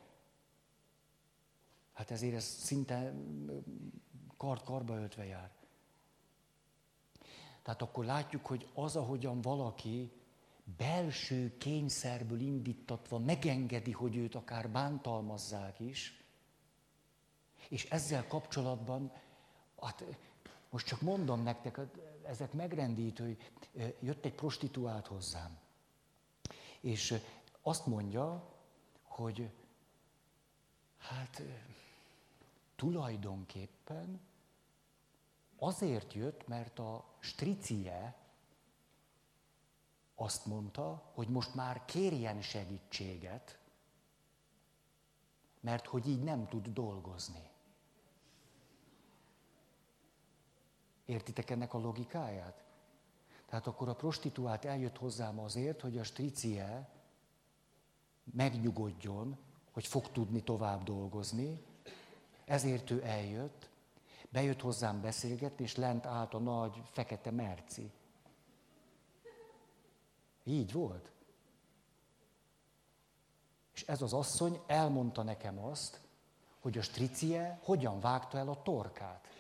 Hát ezért ez szinte karba öltve jár. Tehát akkor látjuk, hogy az, ahogyan valaki belső kényszerből indítatva megengedi, hogy őt akár bántalmazzák is, és ezzel kapcsolatban, hát most csak mondom nektek, ezek megrendítő, hogy jött egy prostituált hozzám, és azt mondja, hogy hát tulajdonképpen azért jött, mert a stricie azt mondta, hogy most már kérjen segítséget, mert hogy így nem tud dolgozni. Értitek ennek a logikáját? Tehát akkor a prostituált eljött hozzám azért, hogy a stricie megnyugodjon, hogy fog tudni tovább dolgozni, ezért ő eljött, bejött hozzám beszélgetni, és lent állt a nagy fekete merci. Így volt. És ez az asszony elmondta nekem azt, hogy a stricie hogyan vágta el a torkát.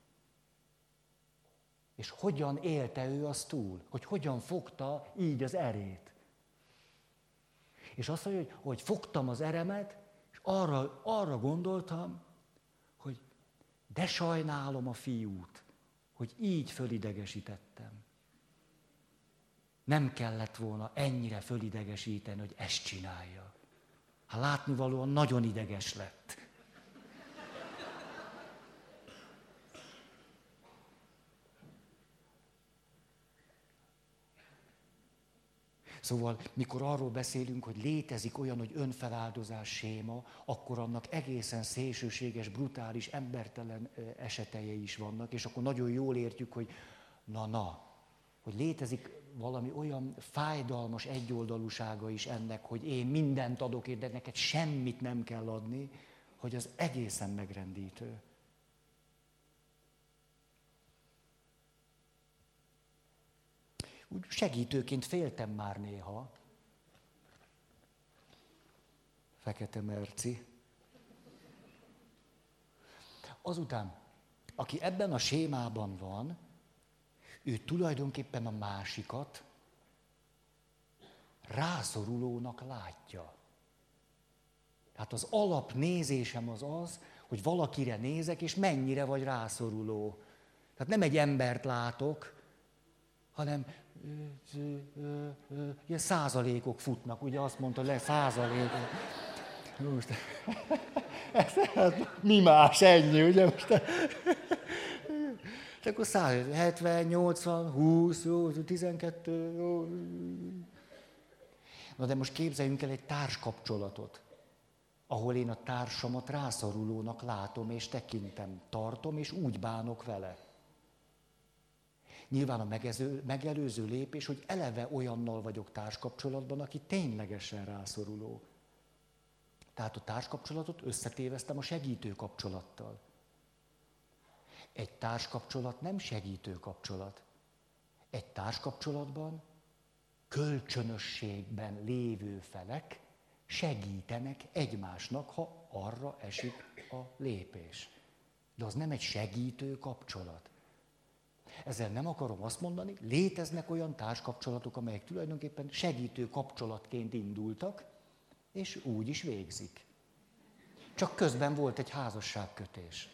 És hogyan élte ő azt túl, hogy hogyan fogta így az erét. És azt mondja, hogy fogtam az eremet, és arra gondoltam, hogy de sajnálom a fiút, hogy így fölidegesítettem. Nem kellett volna ennyire fölidegesíteni, hogy ezt csinálja. Hát látnivalóan nagyon ideges lett. Szóval, mikor arról beszélünk, hogy létezik olyan, hogy önfeláldozás séma, akkor annak egészen szélsőséges, brutális, embertelen esetei is vannak, és akkor nagyon jól értjük, hogy hogy létezik valami olyan fájdalmas egyoldalúsága is ennek, hogy én mindent adok, de neked semmit nem kell adni, hogy az egészen megrendítő. Úgy segítőként féltem már néha. Fekete merci. Azután, aki ebben a sémában van, ő tulajdonképpen a másikat rászorulónak látja. Tehát az alapnézésem az, hogy valakire nézek, és mennyire vagy rászoruló. Tehát nem egy embert látok, hanem ilyen százalékok futnak, ugye azt mondta, százalékok. Most, mi más, ennyi, ugye most. És akkor 70, 80, 20, 12. Na de most képzeljünk el egy társkapcsolatot, ahol én a társamat rászorulónak látom és tekintem, tartom, és úgy bánok vele. Nyilván a megelőző lépés, hogy eleve olyannal vagyok társkapcsolatban, aki ténylegesen rászoruló. Tehát a társkapcsolatot összetéveztem a segítő kapcsolattal. Egy társkapcsolat nem segítő kapcsolat. Egy társkapcsolatban kölcsönösségben lévő felek segítenek egymásnak, ha arra esik a lépés. De az nem egy segítő kapcsolat. Ezzel nem akarom azt mondani, léteznek olyan társkapcsolatok, amelyek tulajdonképpen segítő kapcsolatként indultak, és úgy is végzik. Csak közben volt egy házasságkötés.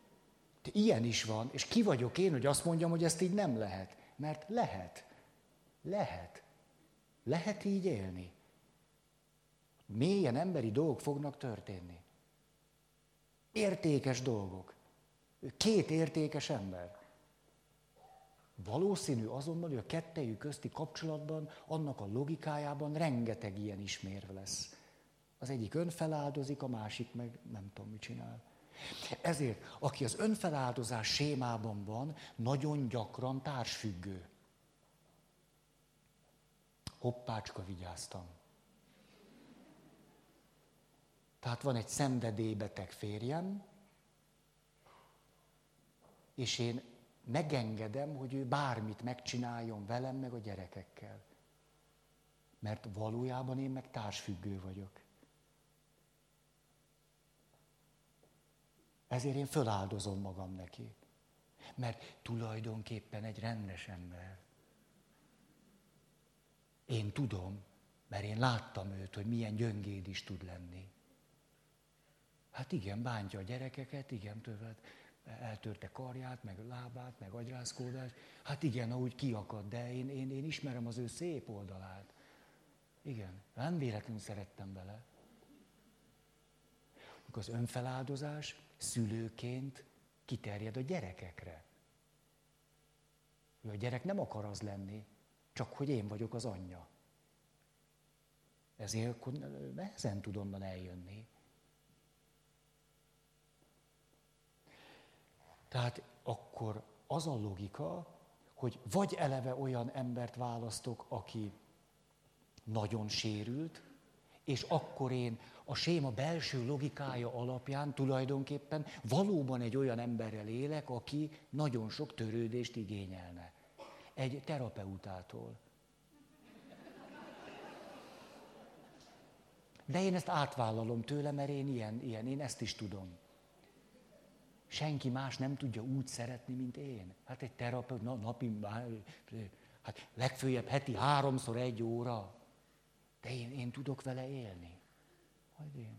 De ilyen is van, és ki vagyok én, hogy azt mondjam, hogy ezt így nem lehet. Mert lehet. Lehet. Lehet így élni. Mélyen emberi dolgok fognak történni. Értékes dolgok. Két értékes ember. Valószínű azonban, hogy a kettejük közti kapcsolatban, annak a logikájában rengeteg ilyen ismérv lesz. Az egyik önfeláldozik, a másik meg nem tudom, mit csinál. Ezért, aki az önfeláldozás sémában van, nagyon gyakran társfüggő. Hoppácska, vigyáztam. Tehát van egy szenvedélybeteg férjem, és én megengedem, hogy ő bármit megcsináljon velem, meg a gyerekekkel. Mert valójában én meg társfüggő vagyok. Ezért én föláldozom magam neki. Mert tulajdonképpen egy rendes ember. Én tudom, mert én láttam őt, hogy milyen gyöngéd is tud lenni. Hát igen, bántja a gyerekeket, igen, többet. Eltörte karját, meg lábát, meg agyrázkódás. Hát igen, ahogy kiakad, de én ismerem az ő szép oldalát. Igen, nem véletlenül szerettem vele. Az önfeláldozás szülőként kiterjed a gyerekekre. A gyerek nem akar az lenni, csak hogy én vagyok az anyja. Ezért akkor nehezen tud onnan eljönni. Tehát akkor az a logika, hogy vagy eleve olyan embert választok, aki nagyon sérült, és akkor én a séma belső logikája alapján tulajdonképpen valóban egy olyan emberrel élek, aki nagyon sok törődést igényelne. Egy terapeutától. De én ezt átvállalom tőle, mert én ilyen, én ezt is tudom. Senki más nem tudja úgy szeretni, mint én. Hát egy terapeut napi, hát legfőjebb heti 3-szor 1 óra. De én tudok vele élni. Majd én.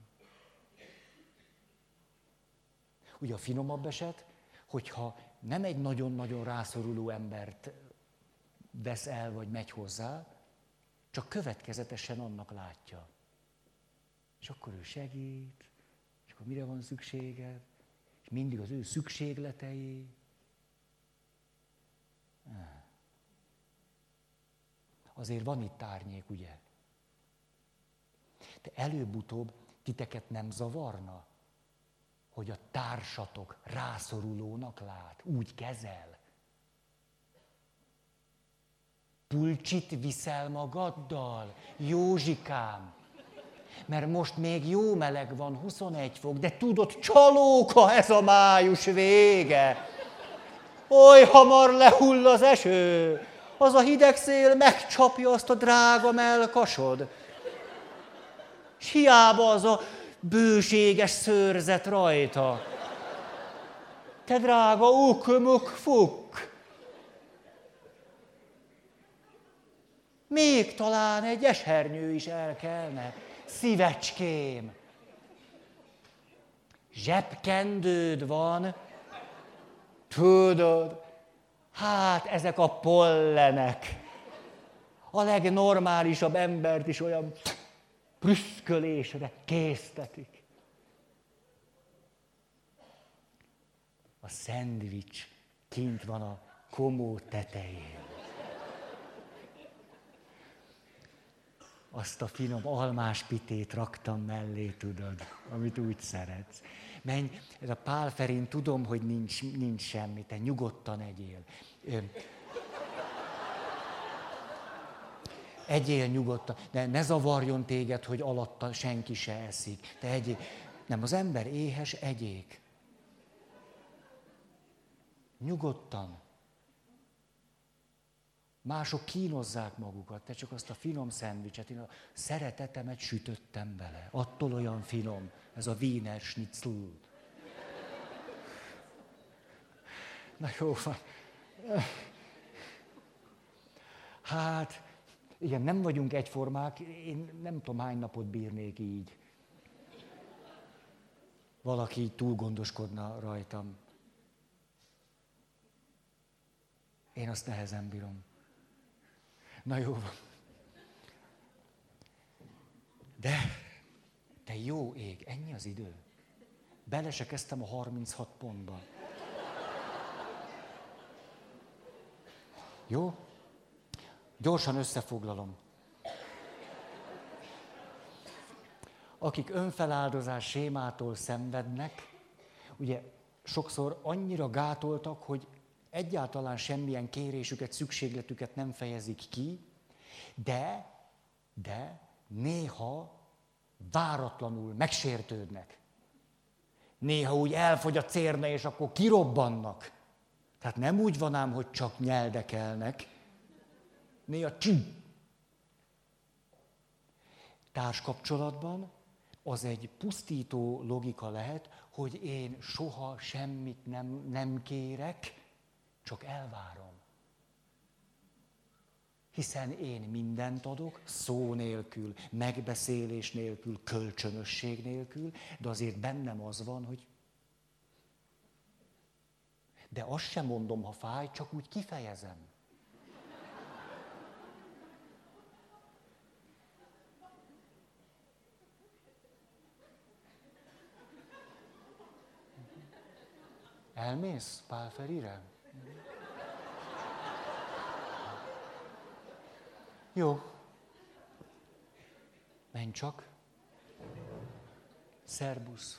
Ugye a finomabb eset, hogyha nem egy nagyon-nagyon rászoruló embert vesz el, vagy megy hozzá, csak következetesen annak látja. És akkor ő segít, és akkor mire van szükséged, és mindig az ő szükségletei. Azért van itt árnyék, ugye? De előbb-utóbb titeket nem zavarna, hogy a társatok rászorulónak lát, úgy kezel. Pulcsit viszel magaddal, Józsikám, mert most még jó meleg van, 21 fok, de tudod, csalóka ez a május vége. Oly hamar lehull az eső, az a hideg szél megcsapja azt a drága mellkasod. És hiába az a bőséges szőrzet rajta. Te drága ukmuk-fuk. Még talán egy esernyő is elkelne. Szívecském. Zsebkendőd van. Tudod, hát ezek a pollenek. A legnormálisabb embert is olyan prüszkölésre késztetik. A szendvics kint van a komód tetején. Azt a finom almáspitét raktam mellé, tudod, amit úgy szeretsz. Menj, ez a Pál Ferin, tudom, hogy nincs semmi, te nyugodtan egyél. Egyél nyugodtan, de ne zavarjon téged, hogy alatta senki se eszik. Te egyél. Nem, az ember éhes, egyék. Nyugodtan. Mások kínozzák magukat, te csak azt a finom szendvicset, én a szeretetemet sütöttem bele. Attól olyan finom, ez a Wiener Schnitzel. Na jó van. Hát, igen, nem vagyunk egyformák, én nem tudom hány napot bírnék így. Valaki így túl gondoskodna rajtam. Én azt nehezen bírom. Na jó van. De jó ég, ennyi az idő. Bele se kezdtem a 36 pontba. Jó? Gyorsan összefoglalom. Akik önfeláldozás sémától szenvednek, ugye sokszor annyira gátoltak, hogy egyáltalán semmilyen kérésüket, szükségletüket nem fejezik ki, de néha váratlanul megsértődnek. Néha úgy elfogy a cérna, és akkor kirobbannak. Tehát nem úgy van ám, hogy csak nyeldekelnek. Néha társkapcsolatban az egy pusztító logika lehet, hogy én soha semmit nem kérek, csak elvárom. Hiszen én mindent adok, szó nélkül, megbeszélés nélkül, kölcsönösség nélkül, de azért bennem az van, hogy de azt sem mondom, ha fáj, csak úgy kifejezem. Elmész Pál Ferire? Jó. Menj csak. Szerbusz.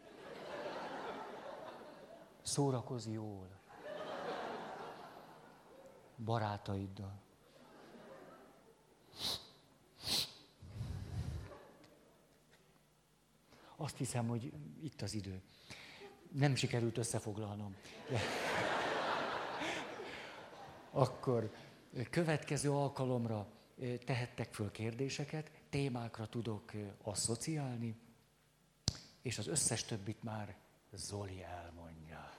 Szórakozz jól. Barátaiddal. Azt hiszem, hogy itt az idő. Nem sikerült összefoglalnom. De... Akkor következő alkalomra tehettek föl kérdéseket, témákra tudok asszociálni, és az összes többit már Zoli elmondja.